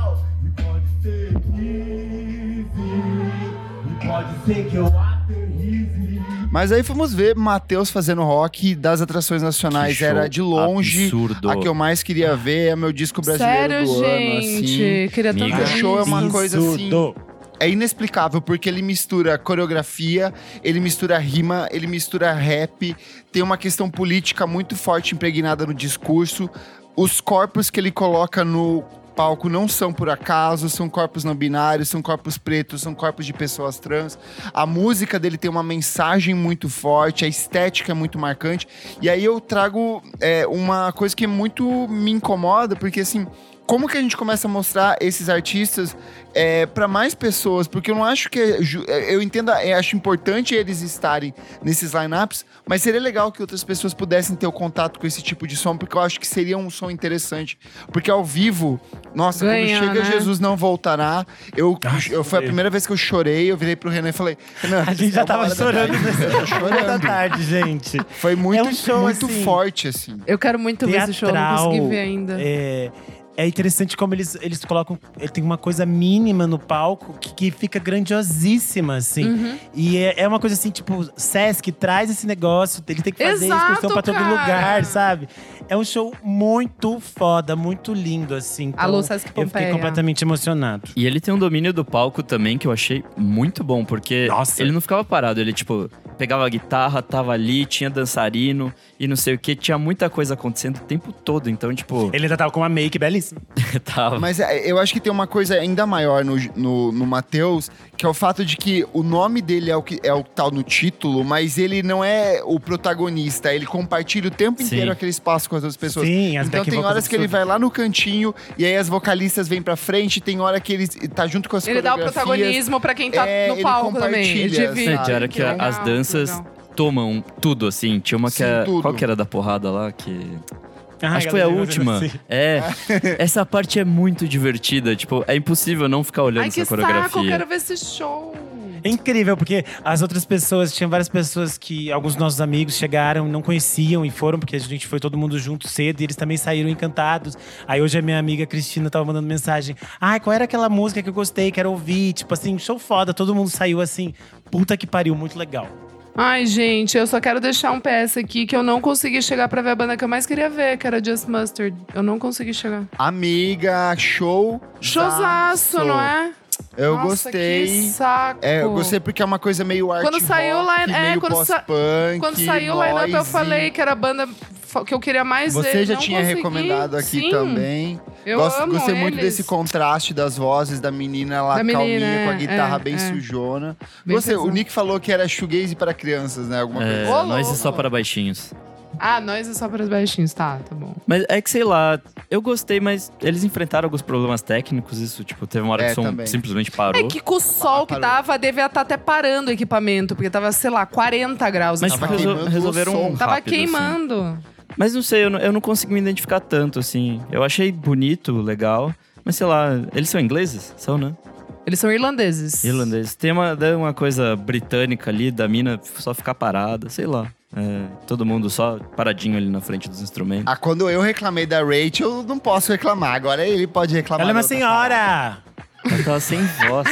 Mas aí fomos ver Matheus fazendo rock. Das atrações nacionais, Que era show de longe absurdo. a que eu mais queria ver. É meu disco brasileiro Sério, do gente? ano, assim. Queria tanto Amiga. O show é uma Absurdo. coisa assim… É inexplicável, porque ele mistura coreografia, ele mistura rima, ele mistura rap. Tem uma questão política muito forte impregnada no discurso. Os corpos que ele coloca no palco não são por acaso, são corpos não binários, são corpos pretos, são corpos de pessoas trans. A música dele tem uma mensagem muito forte, a estética é muito marcante. E aí eu trago é, uma coisa que muito me incomoda, porque assim… Como que a gente começa a mostrar esses artistas é, para mais pessoas? Porque eu não acho que… É, ju- é, eu entendo, eu acho importante eles estarem nesses lineups, mas seria legal que outras pessoas pudessem ter o contato com esse tipo de som, porque eu acho que seria um som interessante. Porque ao vivo, nossa, Ganha, quando chega né? Jesus Não Voltará, eu, Nossa, eu foi a Deus. primeira vez que eu chorei, eu virei pro Renan e falei… Renan, A gente já é uma tava hora da chorando tarde. nessa Eu tô da chorando. tarde, gente. Foi muito, É um show, muito assim, forte, assim. Eu quero muito ver esse show, não Teatral, consegui ver ainda. É, é interessante como eles, eles colocam… Ele tem uma coisa mínima no palco que, que fica grandiosíssima, assim. Uhum. E é, é uma coisa assim, tipo… Sesc traz esse negócio, ele tem que fazer Exato, excursão pra todo cara. lugar, sabe? É um show muito foda, muito lindo, assim. Então, Alô, Sesc eu fiquei Pompeia. completamente emocionado. E ele tem um domínio do palco também que eu achei muito bom, porque Nossa. ele não ficava parado, ele tipo, pegava a guitarra, tava ali, tinha dançarino e não sei o que, tinha muita coisa acontecendo o tempo todo, então tipo… Ele ainda tava com uma make belíssima. tava. Mas é, eu acho que tem uma coisa ainda maior no, no, no Matheus, que é o fato de que o nome dele é o que é o tal no título, mas ele não é o protagonista. Ele compartilha o tempo Sim. inteiro aquele espaço com as outras pessoas. Sim, as então back tem vocals horas que ele absurdas. vai lá no cantinho e aí as vocalistas vêm pra frente, tem hora que ele tá junto com as Ele dá o coreografias. protagonismo pra quem tá É, no ele palco também. Ele compartilha, divide. sabe? Tem hora que Legal, as danças legal. tomam tudo, assim. Tinha uma que Sim, era… tudo. Qual que era da porrada lá? Que… Ah, Acho que foi a galera, última. assim. É. Essa parte é muito divertida. Tipo, é impossível não ficar olhando Ai, essa que saco, eu coreografia. quero ver esse show. É incrível, porque as outras pessoas, tinha várias pessoas que alguns dos nossos amigos chegaram, não conheciam e foram, porque a gente foi todo mundo junto cedo e eles também saíram encantados. Aí hoje a minha amiga Cristina tava mandando mensagem: ai, qual era aquela música que eu gostei, quero ouvir? Tipo assim, show foda, todo mundo saiu assim, puta que pariu, muito legal. Ai, gente, eu só quero deixar um P S aqui que eu não consegui chegar pra ver a banda que eu mais queria ver, que era Just Mustard. Eu não consegui chegar. Amiga, show. Showzaço, não é? Eu Nossa, gostei. Que saco. É, eu gostei porque é uma coisa meio art Quando saiu o rock, line- é, meio quando sa- pós-punk, Quando saiu o line-up, eu noise. falei que era a banda fa- que eu queria mais ver. Você já não tinha consegui. recomendado aqui Sim. também. Eu Gosto- amo Gostei muito eles. desse contraste das vozes da menina lá Da menina, calminha, com a é, guitarra é, bem é. sujona. Bem Você, o pesado. Nick falou que era shoegaze para crianças, né? Alguma coisa É, assim. Ô, nós louco. é só para baixinhos. Ah, nós é só para os baixinhos. Tá, tá bom. Mas é que, sei lá, eu gostei, mas eles enfrentaram alguns problemas técnicos. Isso, tipo, teve uma hora É, que o som também. simplesmente parou. É que com o sol que parou. tava, devia estar até parando o equipamento, porque tava, sei lá, quarenta graus. Mas aqui tava fora. resol- queimando o resolveram som. Tava rápido, assim. queimando. Mas não sei, eu não, eu não consigo me identificar tanto, assim. Eu achei bonito, legal. Mas sei lá, eles são ingleses? São, né? Eles são irlandeses. Irlandeses. Tem uma, tem uma coisa britânica ali, da mina só ficar parada, sei lá. É, todo mundo só paradinho ali na frente dos instrumentos. Ah, quando eu reclamei da Rachel, eu não posso reclamar. Agora ele pode reclamar. Ela é da uma outra parada. senhora! Ela tava sem voz.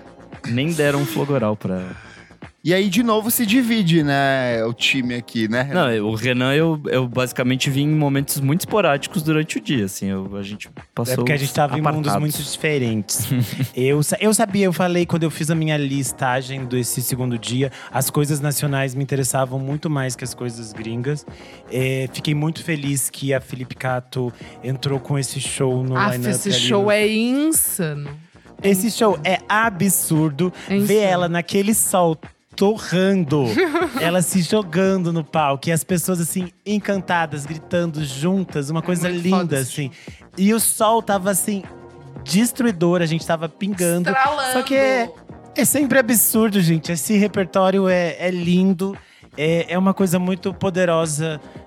Nem deram um flogoral pra ela. E aí, de novo, se divide, né? O time aqui, né? Não, eu- o Renan, eu, eu basicamente vi em momentos muito esporádicos durante o dia, assim. Eu, a gente passou É porque a gente tava em mundos apartados. muito diferentes. eu, sa- eu sabia, eu falei quando eu fiz a minha listagem desse segundo dia, as coisas nacionais me interessavam muito mais que as coisas gringas. É, fiquei muito feliz que a Felipe Cato entrou com esse show no Ah, line-up. esse ali show no- é insano. Esse show é absurdo. É insano. Ver ela naquele sol torrando, ela se jogando no palco e as pessoas assim encantadas, gritando juntas, uma coisa muito foda linda esse assim. E o sol tava assim destruidor, a gente tava pingando. Estralando. Só que é, é sempre absurdo, gente. Esse repertório é, é lindo, é, é uma coisa muito poderosa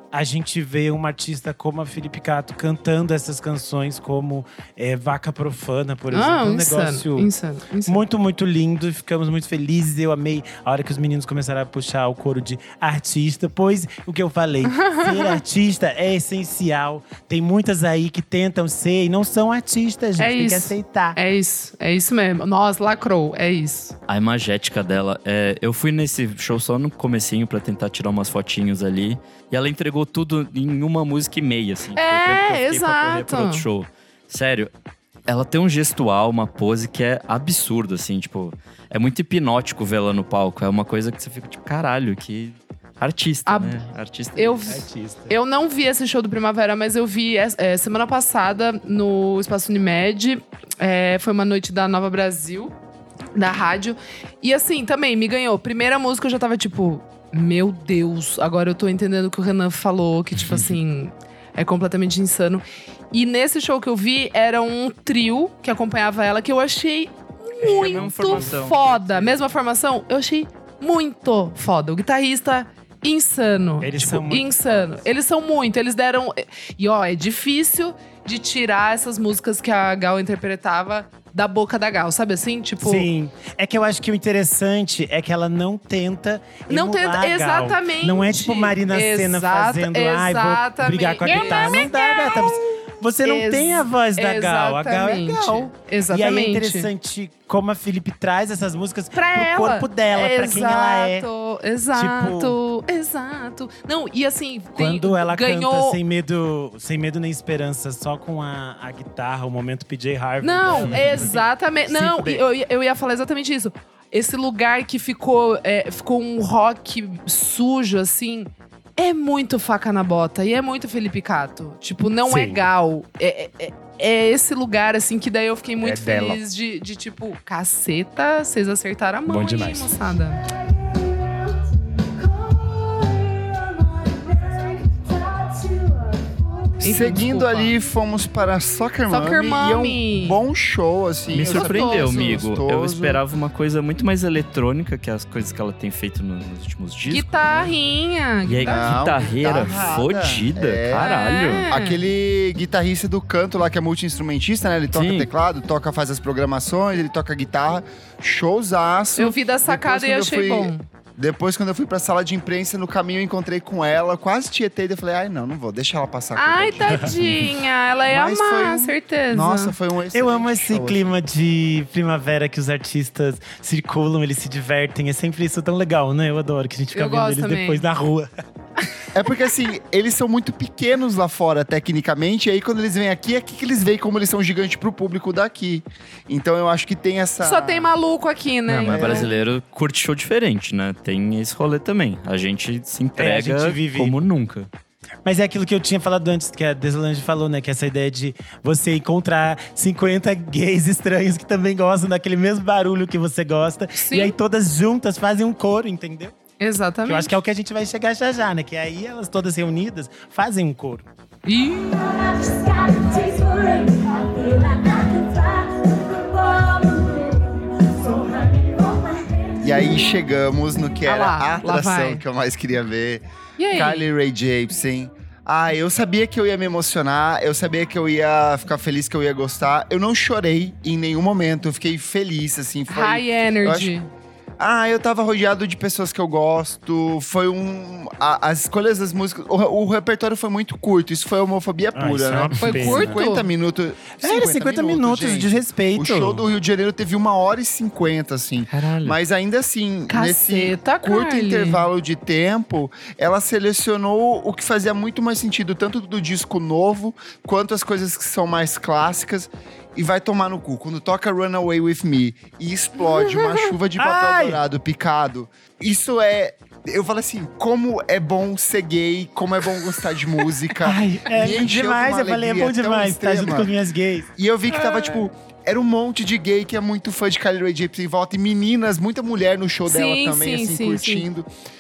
a gente vê uma artista como a Felipe Cato cantando essas canções como é, Vaca Profana, por exemplo. Ah, um insano, negócio insano, insano. muito, muito lindo. E ficamos muito felizes. Eu amei a hora que os meninos começaram a puxar o coro de artista. Pois, o que eu falei, ser artista é essencial. Tem muitas aí que tentam ser e não são artistas, gente. É Tem isso. que aceitar. É isso, é isso mesmo. Nossa, lacrou, é isso. A imagética dela, é, eu fui nesse show só no comecinho pra tentar tirar umas fotinhos ali. E ela entregou tudo em uma música e meia, assim. É, Foi o tempo que eu fiquei pra correr exato. pro outro show. Sério, ela tem um gestual, uma pose que é absurdo, assim. Tipo, é muito hipnótico vê-la no palco. É uma coisa que você fica tipo, caralho, que artista, A- né? Artista. Eu, Artista. eu não vi esse show do Primavera, mas eu vi é, semana passada no Espaço Unimed. É, foi uma noite da Nova Brasil, da rádio. E assim, também me ganhou. Primeira música eu já tava tipo, meu Deus, agora eu tô entendendo o que o Renan falou, que tipo assim, é completamente insano. E nesse show que eu vi, era um trio que acompanhava ela, que eu achei a mesma muito formação. foda. Mesma formação, eu achei muito foda. O guitarrista, insano. Eles Tipo, são muito insano. Eles são muito, eles deram… E ó, é difícil de tirar essas músicas que a Gal interpretava da boca da Gal, sabe assim? Tipo… Sim. É que eu acho que o interessante é que ela não tenta Não emular tenta, a Gal. exatamente. Não é tipo Marina Sena Exata- fazendo, ai, vou brigar com a exatamente. guitarra. Não dá, gata. Você não Ex- tem a voz da Gal. A Gal é exatamente. Gal. Exatamente. E aí é interessante como a Felipe traz essas músicas Pra pro ela. corpo dela, pra quem ela é. Exato, exato, exato. Não, e assim… tem- Quando ela ganhou… canta sem medo, sem medo nem esperança, só com a, a guitarra, o momento P J Harvey. Não, dela, exatamente. assim, Não, se fuder. eu, ia- eu ia falar exatamente isso. Esse lugar que ficou, é, ficou um rock sujo, assim… É muito faca na bota e é muito Felipe Cato. Tipo, não é Sim. Gal. É, é, é esse lugar, assim, que daí eu fiquei muito É dela. feliz de, de, tipo, caceta, vocês acertaram a mão Bom aí, demais. moçada. Enfim, Seguindo desculpa. ali, fomos para Soccer, Soccer Mommy. Mommy. E é um bom show, assim. Me surpreendeu, Gostoso, amigo. gostoso. Eu esperava uma coisa muito mais eletrônica que as coisas que ela tem feito no- nos últimos discos. Guitarrinha. E aí, guitarra- Não, guitarreira guitarrada. fodida, É. caralho. É. Aquele guitarrista do canto lá, que é multi-instrumentista, né? Ele toca Sim. teclado, toca, faz as programações, ele toca guitarra. Showzaço. Eu vi da sacada Depois, e quando eu achei fui- bom. Depois, quando eu fui pra sala de imprensa, no caminho eu encontrei com ela, quase tietei, daí eu falei, ai não, não vou, deixa ela passar. Ai, coitadinha. tadinha. Ela ia Mas foi amar, um- certeza. Nossa, foi um excelente Eu amo esse show, clima de primavera que os artistas circulam, eles se divertem. É sempre isso tão legal, né? Eu adoro que a gente fica Eu vendo gosto eles também. depois na rua. É porque assim, eles são muito pequenos lá fora, tecnicamente, e aí quando eles vêm aqui, é aqui que eles veem como eles são gigantes pro público daqui. Então eu acho que tem essa… Só tem maluco aqui, né? Não, mas É. brasileiro curte show diferente, né? Tem esse rolê também. A gente se entrega gente vive- como nunca. Mas é aquilo que eu tinha falado antes, que a Desolange falou, né? Que essa ideia de você encontrar cinquenta gays estranhos que também gostam daquele mesmo barulho que você gosta. Sim. E aí todas juntas fazem um coro, entendeu? Que Exatamente. eu acho que é o que a gente vai chegar já já, né? Que aí elas todas reunidas fazem um coro. Ih, E aí chegamos no que Ah era lá, a lá atração vai. que eu mais queria ver. E aí? Carly Rae Jepsen. Ah, eu sabia que eu ia me emocionar, eu sabia que eu ia ficar feliz, que eu ia gostar. Eu não chorei em nenhum momento, eu fiquei feliz, assim. Foi, high energy. Ah, eu tava rodeado de pessoas que eu gosto. Foi um… a- as escolhas das músicas… O, o repertório foi muito curto. Isso foi homofobia Ah, pura, isso é né? uma Foi pena. curto? cinquenta minutos. Era cinquenta minutos de respeito. O show do Rio de Janeiro teve uma hora e cinquenta, assim. Caralho. Mas ainda assim, Caceta, nesse curto Carly. intervalo de tempo, ela selecionou o que fazia muito mais sentido, tanto do disco novo, quanto as coisas que são mais clássicas. E vai tomar no cu. Quando toca Runaway With Me e explode uma chuva de papel Ai! dourado picado, isso é… Eu falo assim, como é bom ser gay, como é bom gostar de música. Ai, é Me encheu de demais, uma eu falei, é bom alegria tão demais, tá junto extrema. com as minhas gays. E eu vi que tava, tipo… Era um monte de gay que é muito fã de Carly Rae Jepsen em volta. E meninas, muita mulher no show dela Sim, também, sim, assim, sim, curtindo.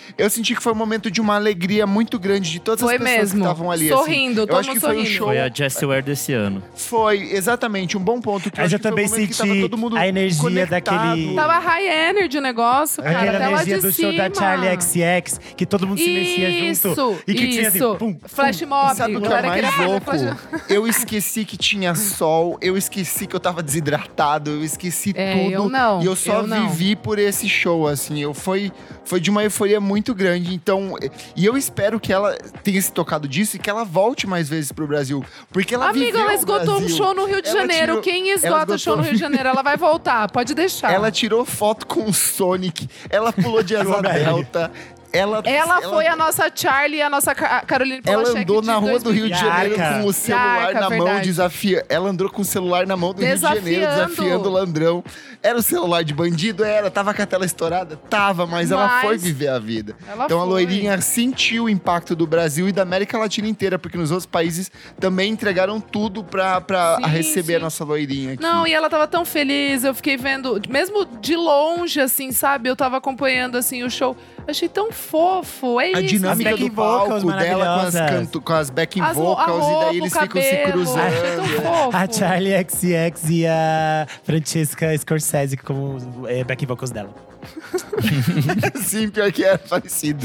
eu senti que foi um momento de uma alegria muito grande de todas Foi as pessoas mesmo. que estavam ali. Sorrindo, assim. todo Eu acho mundo que foi um sorrindo. show. Foi a Jessie Ware desse ano. Foi, exatamente, um bom ponto. Que eu Mas acho eu que foi um também momento que tava senti todo mundo a energia conectado. daquele- Tava high energy o negócio, cara. Aquela Até lá energia de do show cima. da Charlie X X, que todo mundo se mexia Isso, junto. E que isso. tinha assim, pum, Flash mob. Sabe o que é galera mais queria fazer louco? flash- Eu esqueci que tinha sol, eu esqueci que eu tava desidratado, eu esqueci É, tudo. eu não, E eu só eu não. vivi por esse show, assim. Eu foi, foi de uma euforia muito grande. Então, e eu espero que ela tenha se tocado disso e que ela volte mais vezes pro Brasil. Porque ela Amiga, viveu ela o esgotou um Brasil. show no Rio de Ela Janeiro. tirou- Quem ela esgota show no esgotou- Rio de Janeiro? Ela vai voltar, pode deixar. Ela tirou foto com o Sonic, ela pulou de asa delta. Ela, Ela foi a nossa Charlie e a nossa Ca- Caroline Ela Polachek andou de na rua do Rio de Janeiro Yaca. com o celular Yaca, na mão, verdade. desafia. Ela andou com o celular na mão do Rio de Janeiro, Desafiando. desafiando o Landrão. Era o celular de bandido? Era. Tava com a tela estourada? Tava, mas, ela Mas foi viver a vida. ela então a foi. loirinha sentiu o impacto do Brasil e da América Latina inteira, porque nos outros países também entregaram tudo pra, pra Sim, receber sim. a nossa loirinha aqui. Não, e ela tava tão feliz, eu fiquei vendo, mesmo de longe, assim, sabe? Eu tava acompanhando, assim, o show. Achei tão fofo, é A isso. dinâmica backing do palco vocals dela com as, maravilhosas. canto, com as backing As lo- vocals, a e daí roupa, eles o ficam se cabelo. cruzando. Achei tão fofo. A Charlie X X e a Francesca Scorsese como é, back vocals dela. Sim, pior que era parecido.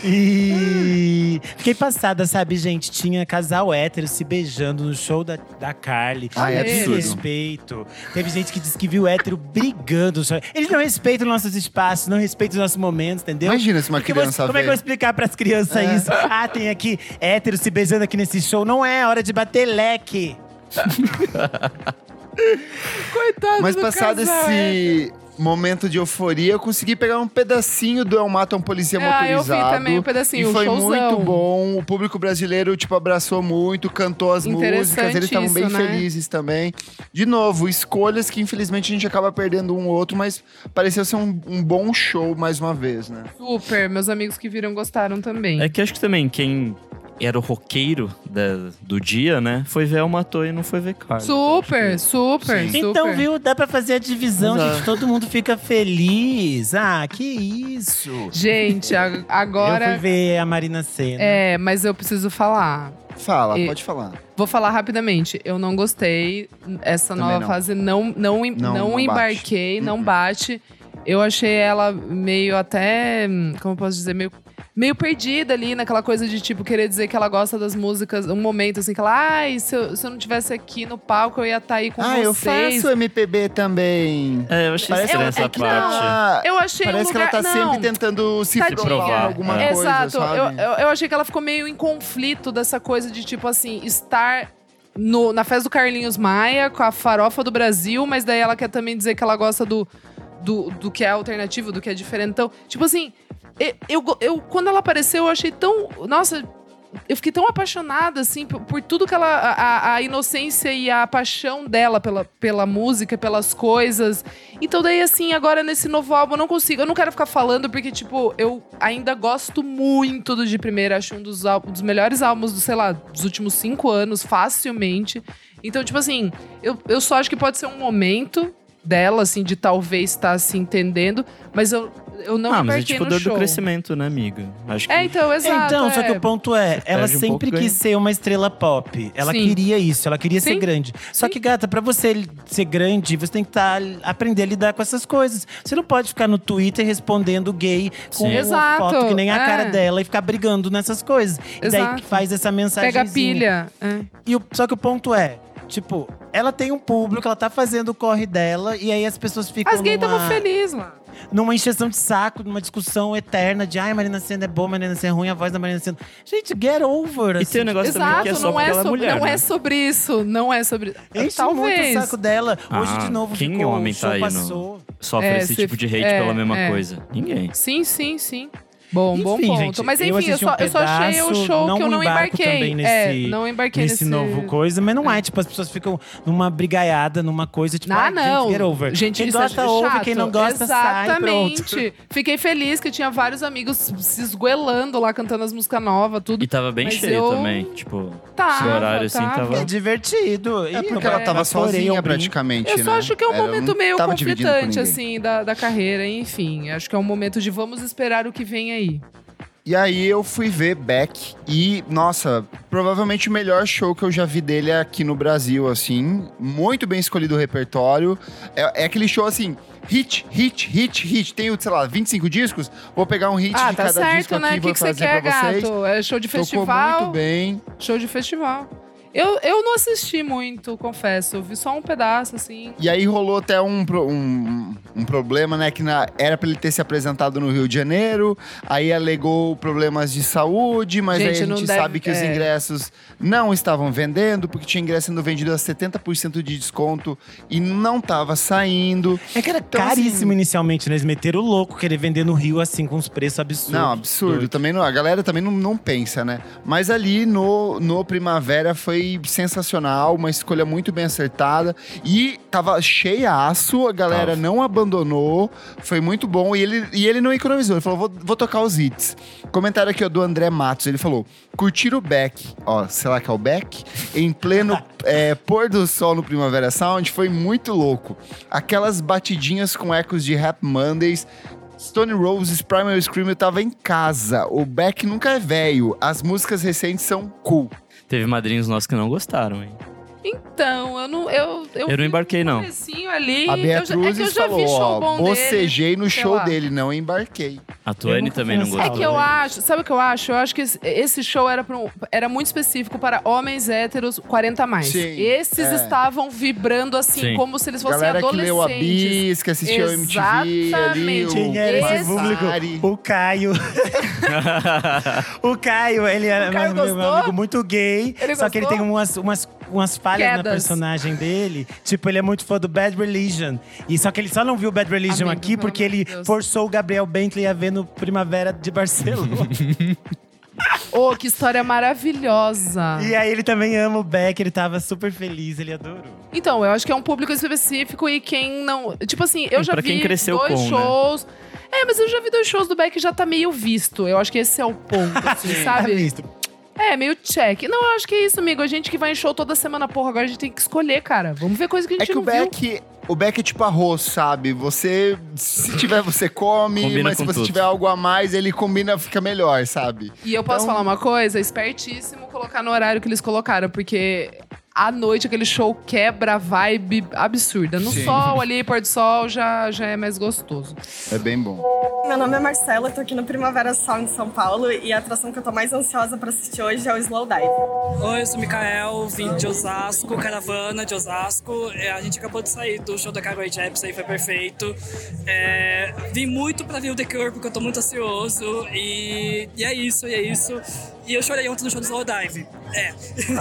E fiquei passada, sabe, gente? Tinha casal hétero se beijando no show da, da Carly. Ah, é Teve absurdo. respeito. Teve gente que disse que viu hétero brigando no show. Eles não respeitam nossos espaços, não respeitam os nossos momentos, entendeu? Imagina se uma Porque criança você- Como é que eu vou vê. explicar pras crianças isso? Ah, tem aqui hétero se beijando aqui nesse show. Não é hora de bater leque. Coitado Mas do passado casal, é. esse momento de euforia, eu consegui pegar um pedacinho do El Mato, um polícia Ah, eu motorizado. vi também um pedacinho, E um foi showzão. muito bom. O público brasileiro, tipo, abraçou muito, cantou as músicas. Eles estavam bem isso, né? felizes também. De novo, escolhas que infelizmente a gente acaba perdendo um ou outro, mas pareceu ser um, um bom show mais uma vez, né? Super, meus amigos que viram gostaram também. É que acho que também quem era o roqueiro da- do dia, né? Foi ver El Matou e não foi ver Carly. Super, super, super. Então, viu? Dá pra fazer a divisão, Exato. gente. Todo mundo fica feliz. Ah, que isso. Gente, a- Eu fui agora… ver a Marina Sena. É, mas eu preciso falar. Fala, E- pode falar. Vou falar rapidamente. Eu não gostei. Essa Também nova não. fase não, não, não, Não, não embarquei, bate. não Uhum. bate. Eu achei ela meio até… Como eu posso dizer? Meio… Meio perdida ali naquela coisa de, tipo, querer dizer que ela gosta das músicas. Um momento, assim, que ela… Ai, se eu, se eu não tivesse aqui no palco, eu ia estar aí com Ah, eu vocês. faço M P B também. É, eu achei Parece estranha é essa que parte. Ah, Eu achei Parece um que ela lugar… tá não, sempre tentando se tadinha. provar alguma É. coisa, Exato. sabe? Eu, eu, eu achei que ela ficou meio em conflito dessa coisa de, tipo assim, estar no, na festa do Carlinhos Maia com a farofa do Brasil, mas daí ela quer também dizer que ela gosta do, do, do que é alternativo, do que é diferentão. Tipo assim, eu, eu, eu- quando ela apareceu, eu achei tão… Nossa… Eu fiquei tão apaixonada, assim, por, por tudo que ela… A, a inocência e a paixão dela pela, pela música, pelas coisas. Então daí, assim, agora nesse novo álbum eu não consigo… Eu não quero ficar falando porque, tipo, eu ainda gosto muito do De Primeira. Acho um dos, ál- dos melhores álbuns, do, sei lá, dos últimos cinco anos, facilmente. Então, tipo assim, eu, eu só acho que pode ser um momento dela, assim, de talvez estar se entendendo. Mas eu, eu não ah, mas é embarquei tipo no dor show. do crescimento, né, amiga? Acho que É, então, exato. Então, só é. que o ponto é, ela perde um pouco, sempre ganha. quis ser uma estrela pop. Ela Sim. queria isso, ela queria ser Sim. grande. Só Sim. que, gata, pra você ser grande, você tem que tá, aprender a lidar com essas coisas. Você não pode ficar no Twitter respondendo gay com Sim. uma Exato, foto que nem a é. cara dela e ficar brigando nessas coisas. E daí Exato. que faz essa mensagem. Pega a pilha. É. E o, só que o ponto é, tipo, ela tem um público, ela tá fazendo o corre dela, e aí as pessoas ficam As gays numa, estavam felizes lá. numa encheção de saco, numa discussão eterna de ai, Marina Sena é boa, Marina Sena é ruim, a voz da Marina Sena. Gente, get over. E assim, tem um negócio também Exato, que é só não, porque é, ela é sobre, mulher, não né? é sobre isso. Não é sobre… Enche Talvez. muito o saco dela. Hoje, Ah, de novo, quem ficou, homem o show tá aí no- passou. Sofre É, esse se- tipo de hate é, pela mesma é. coisa. Ninguém. Sim, sim, sim. Bom, bom Enfim, ponto. gente, mas eu enfim, eu, assisti só, um eu só achei o pedaço, show não que eu não embarco embarquei. também nesse- é, não embarquei Nesse nesse, novo coisa, mas não é, tipo, as pessoas ficam numa brigaiada, numa coisa, tipo, Ah, ah, não. gente, get over. Gente, quem isso gosta, é ouve, chato. quem não gosta, sai, pronto. Exatamente. Fiquei feliz que tinha vários amigos se esguelando lá, cantando as músicas novas, tudo. E tava bem Mas cheio eu- também. Tipo, Tava, esse horário assim tava. tava. É divertido. É E porque eu- ela tava eu chorei, sozinha eu brinco. praticamente, Eu né? só acho que é um Ela momento não meio tava dividindo com conflitante, ninguém. assim, da, da carreira, enfim. Acho que é um momento de vamos esperar o que vem aí. E aí eu fui ver Beck e, nossa, provavelmente o melhor show que eu já vi dele aqui no Brasil, assim. Muito bem escolhido o repertório. É, é aquele show, assim, hit, hit, hit, hit. Tenho, sei lá, vinte e cinco discos. Vou pegar um hit ah, de tá cada certo, disco né? aqui e vou que que fazer quer, pra vocês. Gato? É show de Tocou festival. muito bem. Show de festival. Eu, eu não assisti muito, confesso. Eu vi só um pedaço, assim. E aí rolou até um, um, um problema, né? Que na, era pra ele ter se apresentado no Rio de Janeiro. Aí alegou problemas de saúde. Mas Gente, aí a não gente deve- sabe que os é. ingressos ingressos não estavam vendendo. Porque tinha ingresso sendo vendido a setenta por cento de desconto. E não tava saindo. É que era Então, caríssimo assim, inicialmente, né? Eles meteram o louco querer vender no Rio, assim, com os preços absurdos. Não, absurdo. Também não, a galera também não, não pensa, né? Mas ali no, no Primavera foi sensacional, uma escolha muito bem acertada. E tava cheiaço, a galera Tava. não abandonou. Foi muito bom. E ele, e ele não economizou. Ele falou: vou, vou tocar os hits. Comentário aqui ó, do André Matos. Ele falou: curtir o Beck, ó, sei lá que é o Beck, em pleno é, pôr do sol no Primavera Sound foi muito louco. Aquelas batidinhas com ecos de Rap Mondays. Stone Roses, Primal Scream, eu tava em casa. O Beck nunca é velho. As músicas recentes são cool. Teve madrinhos nossos que não gostaram, hein? Então, eu não. Eu, eu, Eu não vi embarquei, um não. comecinho ali. A eu já, é que eu Beatruzes já falou, vi show ó, bom bocejei dele, no sei show lá. dele, não embarquei. A Tuane nunca também fui não nessa É gostou. que eu acho, sabe o que eu acho? Eu acho que esse, esse show era, pra um- era muito específico para homens héteros quarenta a mais. Sim, Esses é. estavam vibrando assim, Sim. como se eles fossem Galera que adolescentes. leu a Bis, que assistiu a M T V ali. Exatamente. O Quem era esse Esse- público? Mari. O Caio. o Caio, ele é Caio meu, meu gostou? amigo muito gay. Ele só que ele gostou? tem umas, umas, umas falhas na Quedas. personagem dele. Tipo, ele é muito fã do Bad Religion. E só que ele só não viu Bad Religion Amigo, aqui pelo porque amor de ele Deus. forçou o Gabriel Bentley a ver no Primavera de Barcelona. Oh, que história maravilhosa. E aí ele também ama o Beck, ele tava super feliz, ele adorou. Então, eu acho que é um público específico e quem não… Tipo assim, eu já Pra vi quem cresceu dois com, né? shows… É, mas eu já vi dois shows do Beck e já tá meio visto. Eu acho que esse é o ponto, assim, sabe? É visto. É, meio check. Não, eu acho que é isso, amigo. A gente que vai em show toda semana, porra, agora a gente tem que escolher, cara. Vamos ver coisa que a É gente que não o viu. Beck, o Beck é tipo arroz, sabe? Você, se tiver, você come, Combina mas se com você tudo. tiver algo a mais, ele combina, fica melhor, sabe? E eu posso Então- falar uma coisa? Espertíssimo colocar no horário que eles colocaram, porque à noite aquele show quebra a vibe absurda. No Sim. sol ali, pôr do sol, já, já é mais gostoso. É bem bom. Meu nome é Marcela, tô aqui no Primavera Sound em São Paulo e a atração que eu tô mais ansiosa pra assistir hoje é o Slow Dive. Oi, eu sou o Mikael, vim de Osasco, caravana de Osasco. É, a gente acabou de sair do show da Carly Jepsen, aí foi perfeito. É, vim muito pra ver o The Cure, porque eu tô muito ansioso. E, e é isso, e é isso. E eu chorei ontem no show do Slow Dive. É.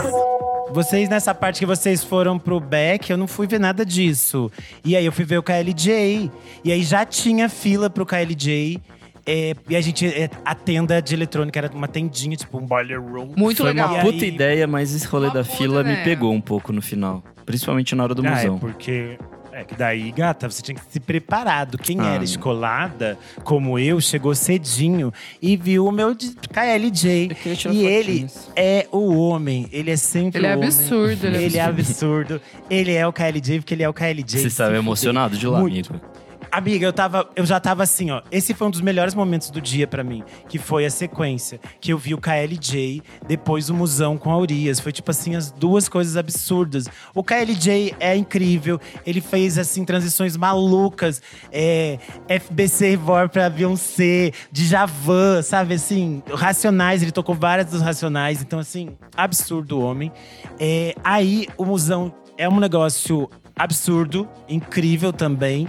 Vocês, nessa parte que vocês foram pro Beck, eu não fui ver nada disso. E aí eu fui ver o K L J. E aí já tinha fila pro K L J. É, e a gente, é, a tenda de eletrônica era uma tendinha, tipo um boiler room. Muito Foi legal. uma E puta aí- ideia, mas esse rolê Uma da puta fila me ideia. pegou um pouco no final. Principalmente na hora do Ah, musão. é porque… É que daí, gata, você tinha que se preparado. Quem Ah. era escolada, como eu, chegou cedinho e viu o meu de- K L J. Eu queria tirar E ele fotinhas. é o homem. Ele é sempre Ele o é homem. absurdo, ele é Ele é absurdo. Ele é o K L J porque ele é o K L J. Você estava Se emocionado de lá, Muito. amigo. Amiga, eu, tava, eu já tava assim, ó. Esse foi um dos melhores momentos do dia pra mim. Que foi a sequência. Que eu vi o K L J, depois o musão com a Urias. Foi tipo assim, as duas coisas absurdas. O K L J é incrível. Ele fez, assim, transições malucas. É, F B C Revolver pra Beyoncé, Djavan, sabe? Assim, Racionais. Ele tocou várias dos Racionais. Então, assim, absurdo o homem. É, aí, o musão é um negócio absurdo, incrível também.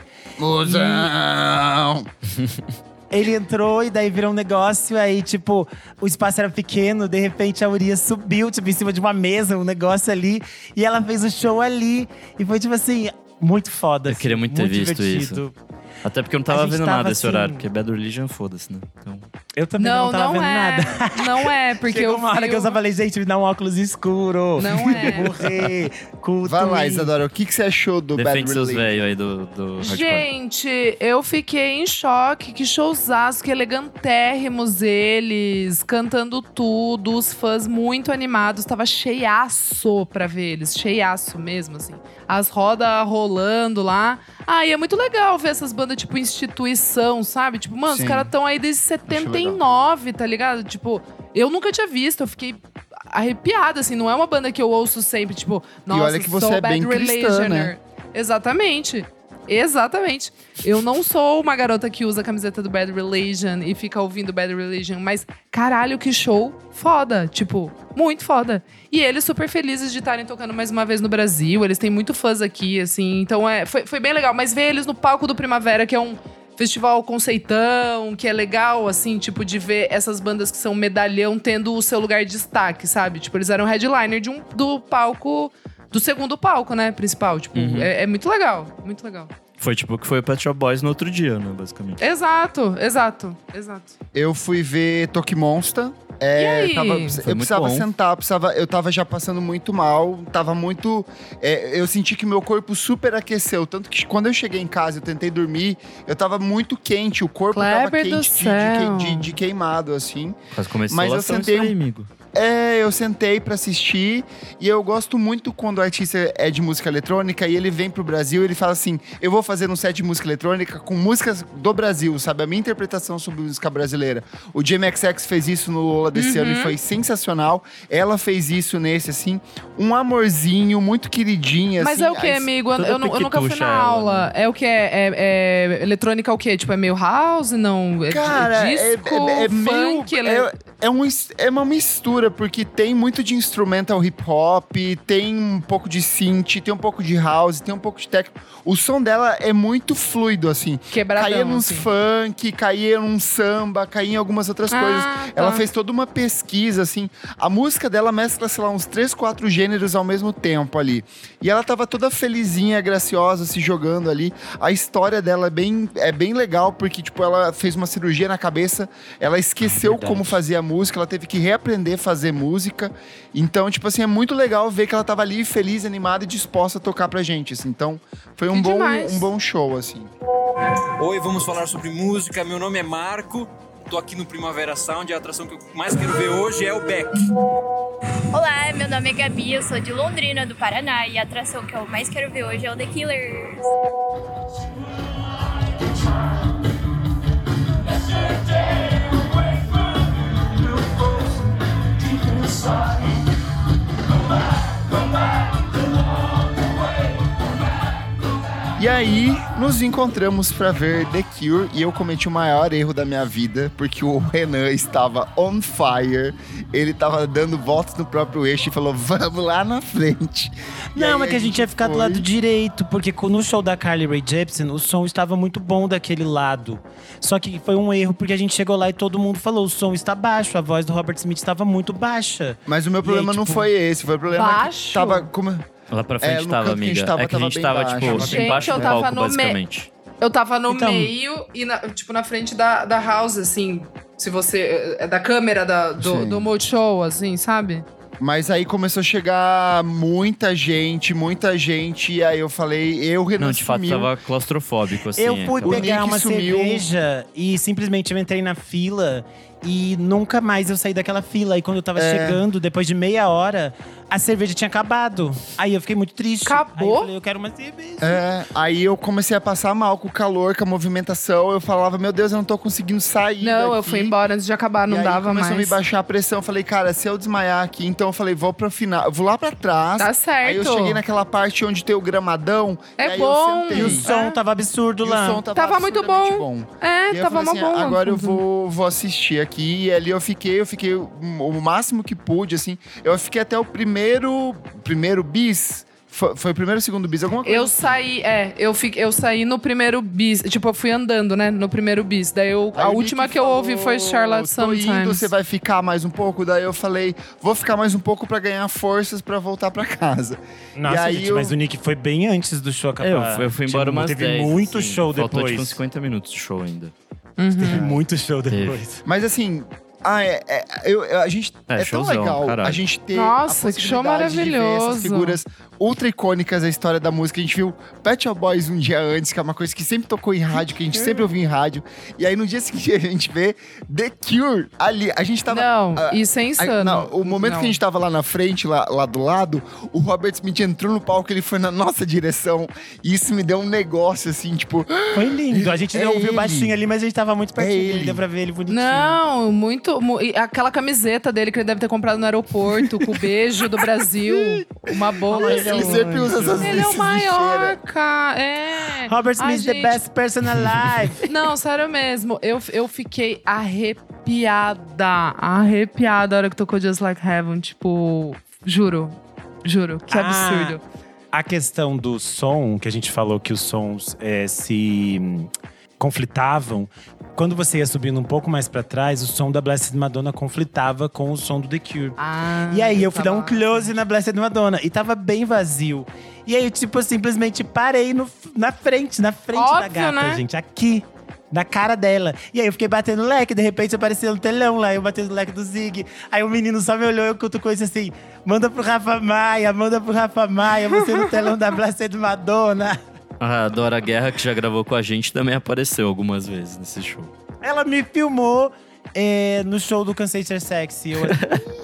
Musão! Ele entrou e daí virou um negócio, aí, tipo, o espaço era pequeno, de repente a Urias subiu, tipo, em cima de uma mesa, um negócio ali, e ela fez o show ali. E foi, tipo assim, muito foda. Eu queria assim, muito ter visto divertido. isso. Até porque eu não tava A gente vendo tava nada esse assim- horário, porque Bad Religion, foda-se, né? Então, Eu também não, Não, tava não vendo é. nada. Não é, porque Chegou eu uma hora vi que eu o- só falei, gente, me dá um óculos escuro. Não é. Morrer. Culto Vai lá, in. Isadora, o que, que você achou do Bad defende seus Religion? velhos aí do, do hardcore. Gente, eu fiquei em choque. Que showzaço, que elegantérrimos eles, cantando tudo, os fãs muito animados. Tava cheiaço pra ver eles, cheiaço mesmo, assim. As rodas rolando lá. Ah, e é muito legal ver essas bandas tipo instituição, sabe? Tipo, mano, Sim. os caras estão aí desde setenta e tem legal. nove, tá ligado? Tipo, eu nunca tinha visto, eu fiquei arrepiada, assim. Não é uma banda que eu ouço sempre, tipo… Nossa, e olha que você sou é bem Bad cristã, Religioner. né? Exatamente. Exatamente. Eu não sou uma garota que usa a camiseta do Bad Religion e fica ouvindo Bad Religion, mas caralho, que show foda. Tipo, muito foda. E eles super felizes de estarem tocando mais uma vez no Brasil. Eles têm muito fãs aqui, assim. Então é, foi, foi bem legal. Mas ver eles no palco do Primavera, que é um festival conceitão, que é legal, assim, tipo, de ver essas bandas que são medalhão tendo o seu lugar de destaque, sabe? Tipo, eles eram headliner de um, do palco… Do segundo palco, né, principal. Tipo, Uhum. é, é muito legal, muito legal. Foi tipo o que foi o Pet Shop Boys no outro dia, né, basicamente. Exato, exato, exato. Eu fui ver Tokimonsta. É, E aí? tava- Foi eu muito precisava bom. sentar, precisava, eu tava já passando muito mal, tava muito… é, eu senti que meu corpo super aqueceu, tanto que quando eu cheguei em casa, eu tentei dormir, eu tava muito quente, o corpo tava Kleber do quente de, de, céu. de- de queimado, assim. Quase começou Mas a eu sentei isso aí, um- amigo. É, eu sentei pra assistir e eu gosto muito quando o artista é de música eletrônica e ele vem pro Brasil e ele fala assim, eu vou fazer um set de música eletrônica com músicas do Brasil, sabe? A minha interpretação sobre música brasileira. O J M X X fez isso no Lola desse Uhum. ano e foi sensacional. Ela fez isso nesse, assim, um amorzinho, muito queridinha, Mas assim. é o que, Aí- amigo? Eu, toda eu nu- eu nunca fui piquetucha na ela, aula. É o que? É, é, é eletrônica o quê? Tipo, é meio house? Não? É, Cara, é é, disco, é, é meio. funk? ele- É, é, um, es- é uma mistura, porque tem muito de instrumental hip hop, tem um pouco de synth, tem um pouco de house, tem um pouco de techno. O som dela é muito fluido, assim. Quebradão, Caía nos assim. funk, caía num samba, caía em algumas outras Ah, coisas. tá. Ela fez toda uma pesquisa, assim. A música dela mescla, sei lá, uns três, quatro gêneros ao mesmo tempo ali. E ela tava toda felizinha, graciosa, se jogando ali. A história dela é bem, é bem legal, porque, tipo, ela fez uma cirurgia na cabeça, ela esqueceu verdade. como fazer a música, ela teve que reaprender a fazer música. Então, tipo assim, é muito legal ver que ela tava ali feliz, animada e disposta a tocar pra gente, assim. Então, foi um, Que bom, demais. um bom show, assim. Oi, vamos falar sobre música. Meu nome é Marco, tô aqui no Primavera Sound e a atração que eu mais quero ver hoje é o Beck. Olá, meu nome é Gabi, eu sou de Londrina, do Paraná, e a atração que eu mais quero ver hoje é o The Killers. E aí, nos encontramos pra ver The Cure e eu cometi o maior erro da minha vida, porque o Renan estava on fire, ele tava dando voltas no próprio eixo e falou, vamos lá na frente. E Não, aí mas que a gente ia ficar do foi. lado direito, porque no show da Carly Rae Jepsen, o som estava muito bom daquele lado. Só que foi um erro, porque a gente chegou lá e todo mundo falou, o som está baixo, a voz do Robert Smith estava muito baixa. Mas o meu problema aí, não tipo, foi esse, foi o problema Baixo? que tava… Como... Lá pra É, frente no tava, canto que a gente amiga. tava, é que a tava gente bem tava, baixo. tipo, Gente, embaixo eu do tava palco, no me- basicamente. Eu tava no Então- meio e, na- tipo, na frente da, da house, assim. Se você… É da câmera da, do, Sim. do Multishow, assim, sabe? Mas aí começou a chegar muita gente, muita gente, e aí eu falei, eu, Renan, Não, de fato, sumiu. tava claustrofóbico, assim. Eu fui aquela- pegar Nick uma sumiu. cerveja e simplesmente eu entrei na fila e nunca mais eu saí daquela fila. E quando eu tava É. chegando, depois de meia hora, a cerveja tinha acabado. Aí eu fiquei muito triste. Acabou? Aí eu falei, eu quero uma cerveja. É, aí eu comecei a passar mal com o calor, com a movimentação. Eu falava, meu Deus, eu não tô conseguindo sair Não, daqui. eu fui embora antes de acabar, não e aí dava começou mais. a me baixar a pressão. Eu falei, cara, se eu desmaiar aqui, então eu falei, vou pro final. Eu vou lá pra trás. Tá certo. Aí eu cheguei naquela parte onde tem o gramadão. É e aí bom. Eu sentei. E o som É. tava absurdo E lá. o som tava, Tava muito absurdamente bom. bom. É, E aí eu tava falei uma assim, boa. agora eu vou, vou assistir aqui. E ali eu fiquei, eu fiquei o, o máximo que pude, assim. Eu fiquei até o primeiro, primeiro bis. Foi, foi o primeiro ou segundo bis? Alguma coisa Eu assim. saí, é, eu, fiquei, eu saí no primeiro bis. Tipo, eu fui andando, né? No primeiro bis. Daí eu, Aí a o última Nick que eu falou, ouvi foi Charlotte tô indo, Sometimes. você vai ficar mais um pouco? Daí eu falei, vou ficar mais um pouco pra ganhar forças pra voltar pra casa. Nossa, e aí gente, eu- mas o Nick foi bem antes do show acabar. É, eu, fui- eu fui embora Tipo, umas Teve dez, muito assim. show Faltou, depois. tipo, uns cinquenta minutos de show ainda. Uhum. Teve muito show depois. Mas assim, Ah, é, é, eu, eu- a gente É, é, tão showzão, legal caralho. a gente ter Nossa, a que show possibilidade de ver maravilhoso. essas figuras ultra icônicas da história da música. A gente viu Pet Shop Boys um dia antes, que é uma coisa que sempre tocou em rádio, que a gente sempre ouviu em rádio. E aí no dia seguinte a gente vê The Cure ali. A gente tava. Não, ah, isso é a- insano. não, o momento Não. que a gente tava lá na frente, lá, lá do lado, o Robert Smith entrou no palco, ele foi na nossa direção. E isso me deu um negócio assim, tipo. Foi lindo. A gente É não ouviu ele. baixinho ali, mas a gente tava muito pertinho É dele. ele. Deu pra ver ele bonitinho. Não, muito. mu- e aquela camiseta dele que ele deve ter comprado no aeroporto, com o beijo do Brasil. Uma bola. Ele Ele sempre usa essas Ele é o esses maior, lixeira. cara. É. Robert Ai, Smith, the gente. best person alive. Não, sério mesmo. Eu, eu fiquei arrepiada. Arrepiada a hora que tocou Just Like Heaven. Tipo, juro. Juro. Que Ah, absurdo. A questão do som, que a gente falou que os sons é, se hum, conflitavam. Quando você ia subindo um pouco mais pra trás, o som da Blessed Madonna conflitava com o som do The Cure. Ah, E aí eu fui dar um tava- close na Blessed Madonna e tava bem vazio. E aí, tipo, eu simplesmente parei no, na frente, na frente da Óbvio, gata, né? gente. Aqui. Na cara dela. E aí eu fiquei batendo leque, de repente apareceu um telão lá, eu batendo o leque do Zig. Aí o menino só me olhou e eu cutucou isso assim: manda pro Rafa Maia, manda pro Rafa Maia, você no telão da Blessed Madonna. A Dora Guerra, que já gravou com a gente, também apareceu algumas vezes nesse show. Ela me filmou é, no show do Cansei de Ser Sexy. Eu,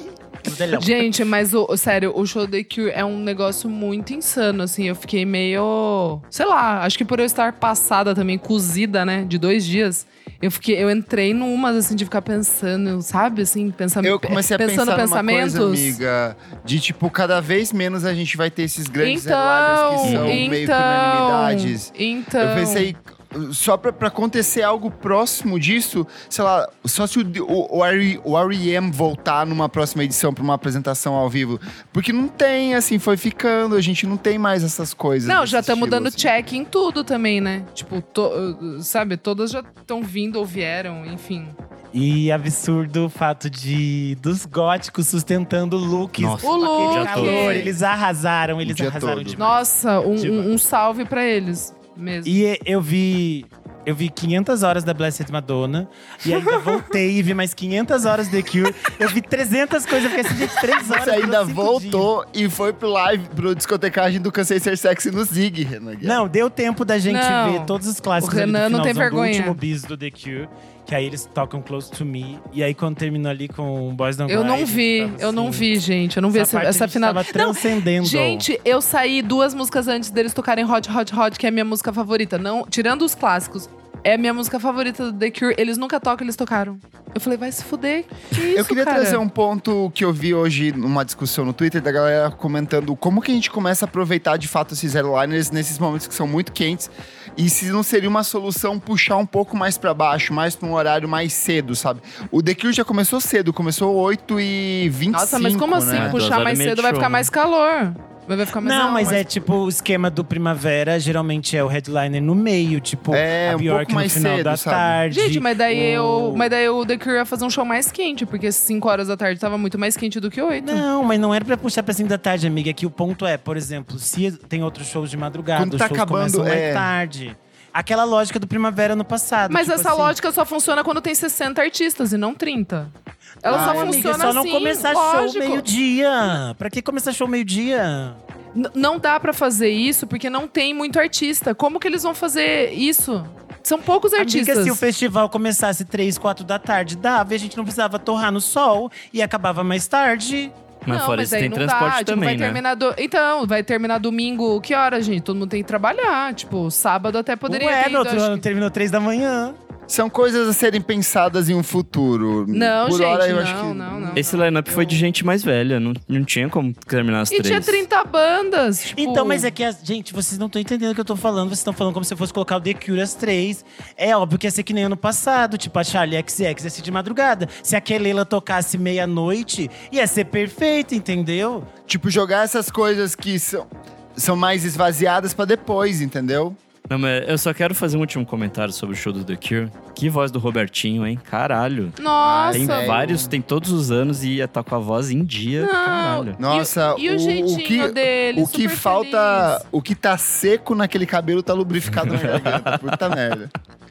no telão. Gente, mas o, sério, o show The Cure é um negócio muito insano, assim. Eu fiquei meio… Sei lá, acho que por eu estar passada também, cozida, né? De dois dias. Eu, fiquei, eu entrei numas, assim, de ficar pensando, sabe? Assim, pensamento, Eu comecei a pensando pensar pensamentos. numa coisa, amiga, de tipo, cada vez menos a gente vai ter esses grandes Então, headliners que são meio que então, unanimidades. então. Eu pensei, só pra, pra acontecer algo próximo disso, sei lá, só se o, o, o, R- o R E M voltar numa próxima edição pra uma apresentação ao vivo. Porque não tem, assim, foi ficando, a gente não tem mais essas coisas. Não, desse já estamos estilo, dando assim. check em tudo também, né? Tipo, to- sabe, todas já estão vindo ou vieram, enfim. E absurdo o fato de dos góticos sustentando looks. Nossa, O Aquele look. calor, eles arrasaram, eles dia arrasaram todo. demais. Nossa, um, Demais. um, um salve pra eles mesmo. E eu vi… Eu vi quinhentas horas da Blessed Madonna. E ainda voltei e vi mais quinhentas horas de The Cure. Eu vi trezentas coisas. Eu fiquei assim, gente, três horas. Você ainda durou cinco voltou e foi pro live, pro discotecagem do Cansei de Ser Sexy no Zig, Renan Guerra. Não, deu tempo da gente Não. ver todos os clássicos O ali do Renan não tem finalzão do vergonha. último bis do The Cure. Que aí eles tocam Close to Me. E aí quando terminou ali com Boys Don't Eu Cry, não a gente vi, tava eu não assim, vi, gente. Eu não vi essa, parte a essa gente final. tava transcendendo. Gente, eu saí duas músicas antes deles tocarem Hot Hot Hot, que é a minha música favorita. Não, tirando os clássicos. É a minha música favorita do The Cure. Eles nunca tocam, eles tocaram. Eu falei, vai se fuder. Que isso, Eu queria cara? trazer um ponto que eu vi hoje numa discussão no Twitter da galera comentando como que a gente começa a aproveitar de fato esses headliners nesses momentos que são muito quentes e se não seria uma solução puxar um pouco mais pra baixo, mais pra um horário mais cedo, sabe? O The Cure já começou cedo, começou oito e vinte e cinco, Nossa, mas como assim? né? Duas Puxar horas mais e meia cedo de vai show, ficar né? mais calor. Vai ficar mais Não, mas mas é tipo o esquema do Primavera, geralmente é o headliner no meio, tipo É, a um Bjork pouco mais no final cedo, da sabe? tarde. Gente, mas daí, o- eu, mas daí o The Cure ia fazer um show mais quente, porque cinco horas da tarde tava muito mais quente do que oito. Não, mas não era pra puxar pra cinco da tarde, amiga. Aqui o ponto é, por exemplo, se tem outros shows de madrugada, Quando os tá shows acabando, começam mais é. tarde. Aquela lógica do Primavera no passado. Mas tipo essa assim, lógica só funciona quando tem sessenta artistas e não trinta. Ela ah, só amiga, funciona só não assim, começar lógico. show meio-dia. Pra que começar show meio-dia? N- não dá pra fazer isso porque não tem muito artista. Como que eles vão fazer isso? São poucos artistas. Amiga, se o festival começasse três, quatro da tarde, dava. E a gente não precisava torrar no sol e acabava mais tarde. Mas não, fora mas isso aí tem não transporte dá. Tipo, também, vai né? terminar do... Então, vai terminar domingo. Que hora, gente? Todo mundo tem que trabalhar. Tipo, sábado até poderia Ué, ter no ido, outro acho ano que- terminou três da manhã. São coisas a serem pensadas em um futuro. Não, Por gente, hora, eu não, acho que não, não. Esse line-up foi de gente mais velha, não, não tinha como terminar as E três. tinha trinta bandas. Tipo... Então, mas é que, as, gente, vocês não estão entendendo o que eu tô falando. Vocês estão falando como se eu fosse colocar o The Cure às três. É óbvio que ia ser que nem ano passado. Tipo, a Charlie X X ia ser de madrugada. Se a Kelela tocasse meia-noite, ia ser perfeito, entendeu? Tipo, jogar essas coisas que são, são mais esvaziadas pra depois, entendeu? Não, mas eu só quero fazer um último comentário sobre o show do The Cure. Que voz do Robertinho, hein? Caralho. Nossa. Tem velho. vários, tem todos os anos e ia tá com a voz em dia. Não. Caralho. Nossa, E o- e o jeitinho que, dele, o que super falta, feliz. o que tá seco naquele cabelo tá lubrificado na garganta. Puta merda.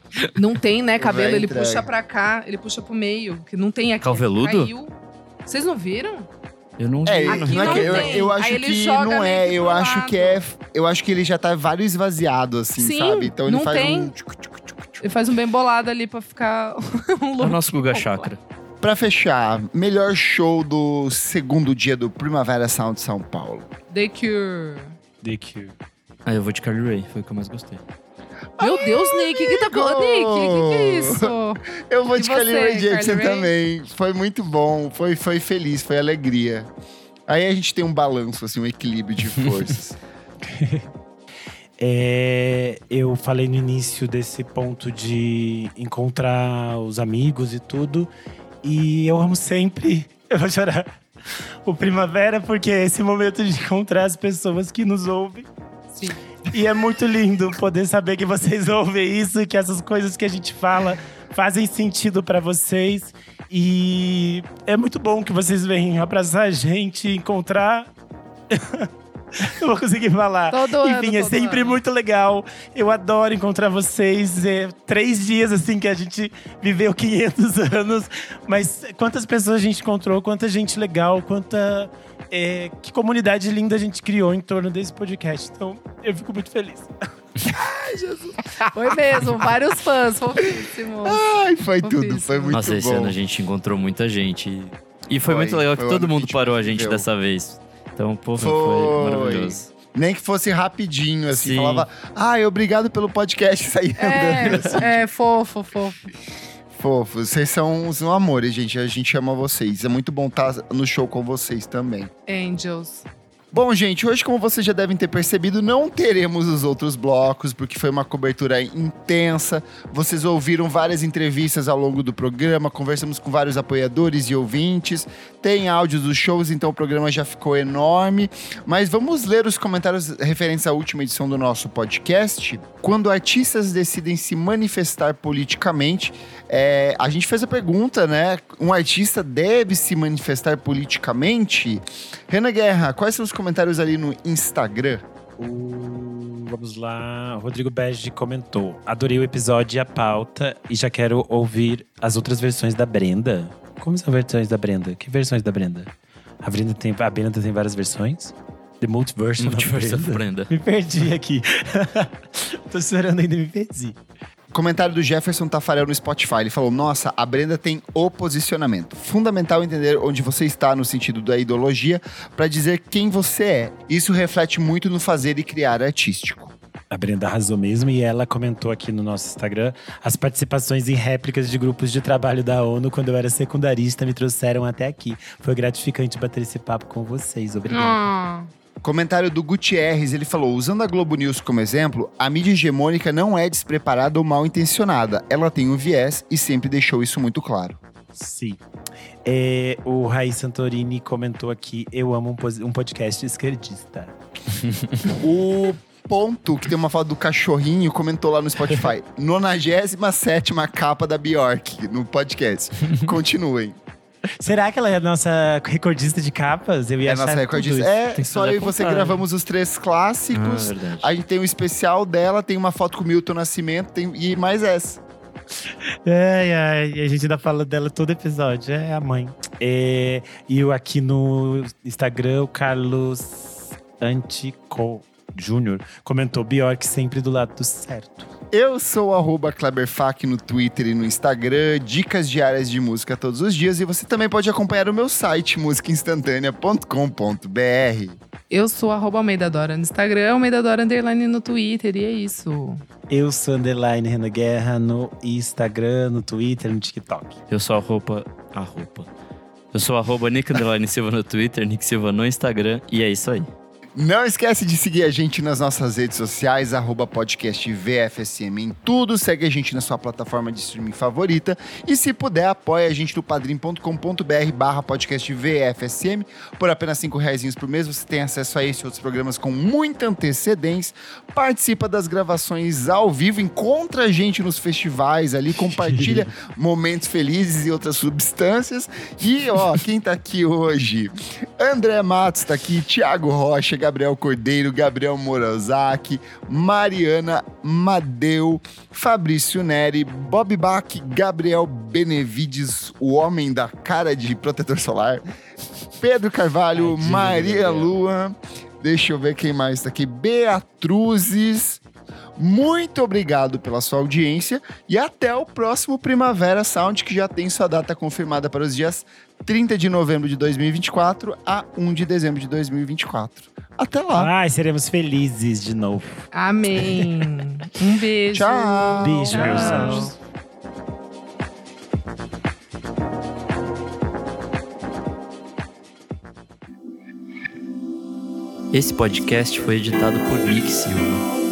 Não tem, né, cabelo, ele entrega. puxa pra cá, ele puxa pro meio, que não tem aqui. Calveludo? Caiu. Vocês não viram? Eu não É, vi. Aqui não é não que- eu, tem. eu Aí acho ele que joga não meio é, que eu pro acho lado. que é, eu acho que ele já tá vários esvaziado assim, Sim, sabe? Então ele não faz tem. um Ele faz um bem bolado ali pra ficar um É o look. nosso Guga Chakra. Pra fechar, melhor show do segundo dia do Primavera Sound São Paulo. The Cure. The Cure. Ah, eu vou de Carly Rae, foi o que eu mais gostei. Meu Deus, Nick, o que tá acontecendo? Nick, o que, que é isso? Eu vou E de Carly Rae você, Jepsen Carly Rae? também. Foi muito bom, foi, foi feliz, foi alegria. Aí a gente tem um balanço, assim, um equilíbrio de forças. É, eu falei no início desse ponto de encontrar os amigos e tudo. E eu amo sempre, eu vou chorar, o Primavera, porque é esse momento de encontrar as pessoas que nos ouvem. Sim. E é muito lindo poder saber que vocês ouvem isso, que essas coisas que a gente fala fazem sentido pra vocês. E é muito bom que vocês venham abraçar a gente, encontrar. Não vou conseguir falar. Todo ano, Enfim, é todo sempre ano. muito legal. Eu adoro encontrar vocês. É três dias assim que a gente viveu quinhentos anos. Mas quantas pessoas a gente encontrou, quanta gente legal, quanta. É, que comunidade linda a gente criou em torno desse podcast. Então, eu fico muito feliz. Ai, Jesus. Foi mesmo, vários fãs, fofíssimos. Ai, foi Fofíssimo. tudo, foi muito Nossa, esse bom. ano a gente encontrou muita gente. E foi, Foi, muito legal foi que o todo ano que a mundo gente parou a gente viveu. dessa vez. Então, pô, foi, Foi. maravilhoso. Nem que fosse rapidinho, assim, Sim. falava, ai, obrigado pelo podcast, e saía andando. assim. É, é, fofo, fofo. Fofo, vocês são uns amores, gente. A gente ama vocês. É muito bom estar no show com vocês também. Angels. Bom, gente, hoje, como vocês já devem ter percebido, não teremos os outros blocos, porque foi uma cobertura intensa. Vocês ouviram várias entrevistas ao longo do programa, conversamos com vários apoiadores e ouvintes. Tem áudios dos shows, então o programa já ficou enorme. Mas vamos ler os comentários referentes à última edição do nosso podcast. Quando artistas decidem se manifestar politicamente, é, a gente fez a pergunta, né? Um artista deve se manifestar politicamente? Renan Guerra, quais são os comentários ali no Instagram? O- Vamos lá, o Rodrigo Bege comentou: adorei o episódio e a pauta e já quero ouvir as outras versões da Brenda. Como são versões da Brenda? Que versões da Brenda? A Brenda tem, a Brenda tem várias versões? The Multiverse, Multiverse of of Brenda. Brenda. Me perdi aqui. Tô chorando ainda, me perdi. Comentário do Jefferson Tafarel no Spotify. Ele falou, nossa, a Brenda tem o posicionamento. Fundamental entender onde você está no sentido da ideologia para dizer quem você é. Isso reflete muito no fazer e criar artístico. A Brenda arrasou mesmo e ela comentou aqui no nosso Instagram: as participações em réplicas de grupos de trabalho da ONU quando eu era secundarista me trouxeram até aqui. Foi gratificante bater esse papo com vocês. Obrigado. Ah. Comentário do Gutierrez, ele falou, usando a Globo News como exemplo, a mídia hegemônica não é despreparada ou mal intencionada. Ela tem um viés e sempre deixou isso muito claro. Sim. É, o Raí Santorini comentou aqui: eu amo um, pos- um podcast esquerdista. O Ponto, que tem uma foto do cachorrinho, comentou lá no Spotify. nonagésima sétima capa da Bjork no podcast. Continuem. Será que ela é a nossa recordista de capas? Eu ia É achar nossa tudo recordista. isso. É, Tem que só fazer eu e a você contagem. gravamos os três clássicos. Ah, verdade. A gente tem um especial dela, tem uma foto com o Milton Nascimento tem, e mais essa. Ai, ai, e a gente ainda fala dela todo episódio. É a mãe. É, e eu aqui no Instagram, o Carlos Antico Júnior comentou: Bjork sempre do lado do certo. Eu sou o arroba Kleberfac no Twitter e no Instagram, dicas diárias de música todos os dias. E você também pode acompanhar o meu site, música instantânea ponto com ponto b r. Eu sou arroba Almeida Dora no Instagram, Almeida Dora underline no Twitter, e é isso. Eu sou underline Renan Guerra no Instagram, no Twitter, no TikTok. Eu sou a roupa. A roupa. Eu sou arroba Nick Underline Silva no Twitter, Nick Silva no Instagram. E é isso aí. Não esquece de seguir a gente nas nossas redes sociais, arroba podcast V F S M em tudo. Segue a gente na sua plataforma de streaming favorita. E se puder, apoia a gente no padrim ponto com ponto b r barra podcast V F S M. Por apenas cinco reais por mês, você tem acesso a esse e outros programas com muita antecedência. Participa das gravações ao vivo, encontra a gente nos festivais ali, compartilha momentos felizes e outras substâncias. E, ó, quem tá aqui hoje? André Matos tá aqui, Thiago Rocha, Gabriel Cordeiro, Gabriel Morozaki, Mariana Madeu, Fabrício Neri, Bob Bach, Gabriel Benevides, o homem da cara de protetor solar, Pedro Carvalho, Tadinho, Maria Gabriel. Lua, deixa eu ver quem mais tá aqui, Beatruzes. Muito obrigado pela sua audiência e até o próximo Primavera Sound, que já tem sua data confirmada para os dias trinta de novembro de dois mil e vinte e quatro a primeiro de dezembro de dois mil e vinte e quatro. Até lá. Ai, seremos felizes de novo. Amém. Um beijo. Tchau. Beijo, Tchau. meus anjos. Esse podcast foi editado por Nick Silva.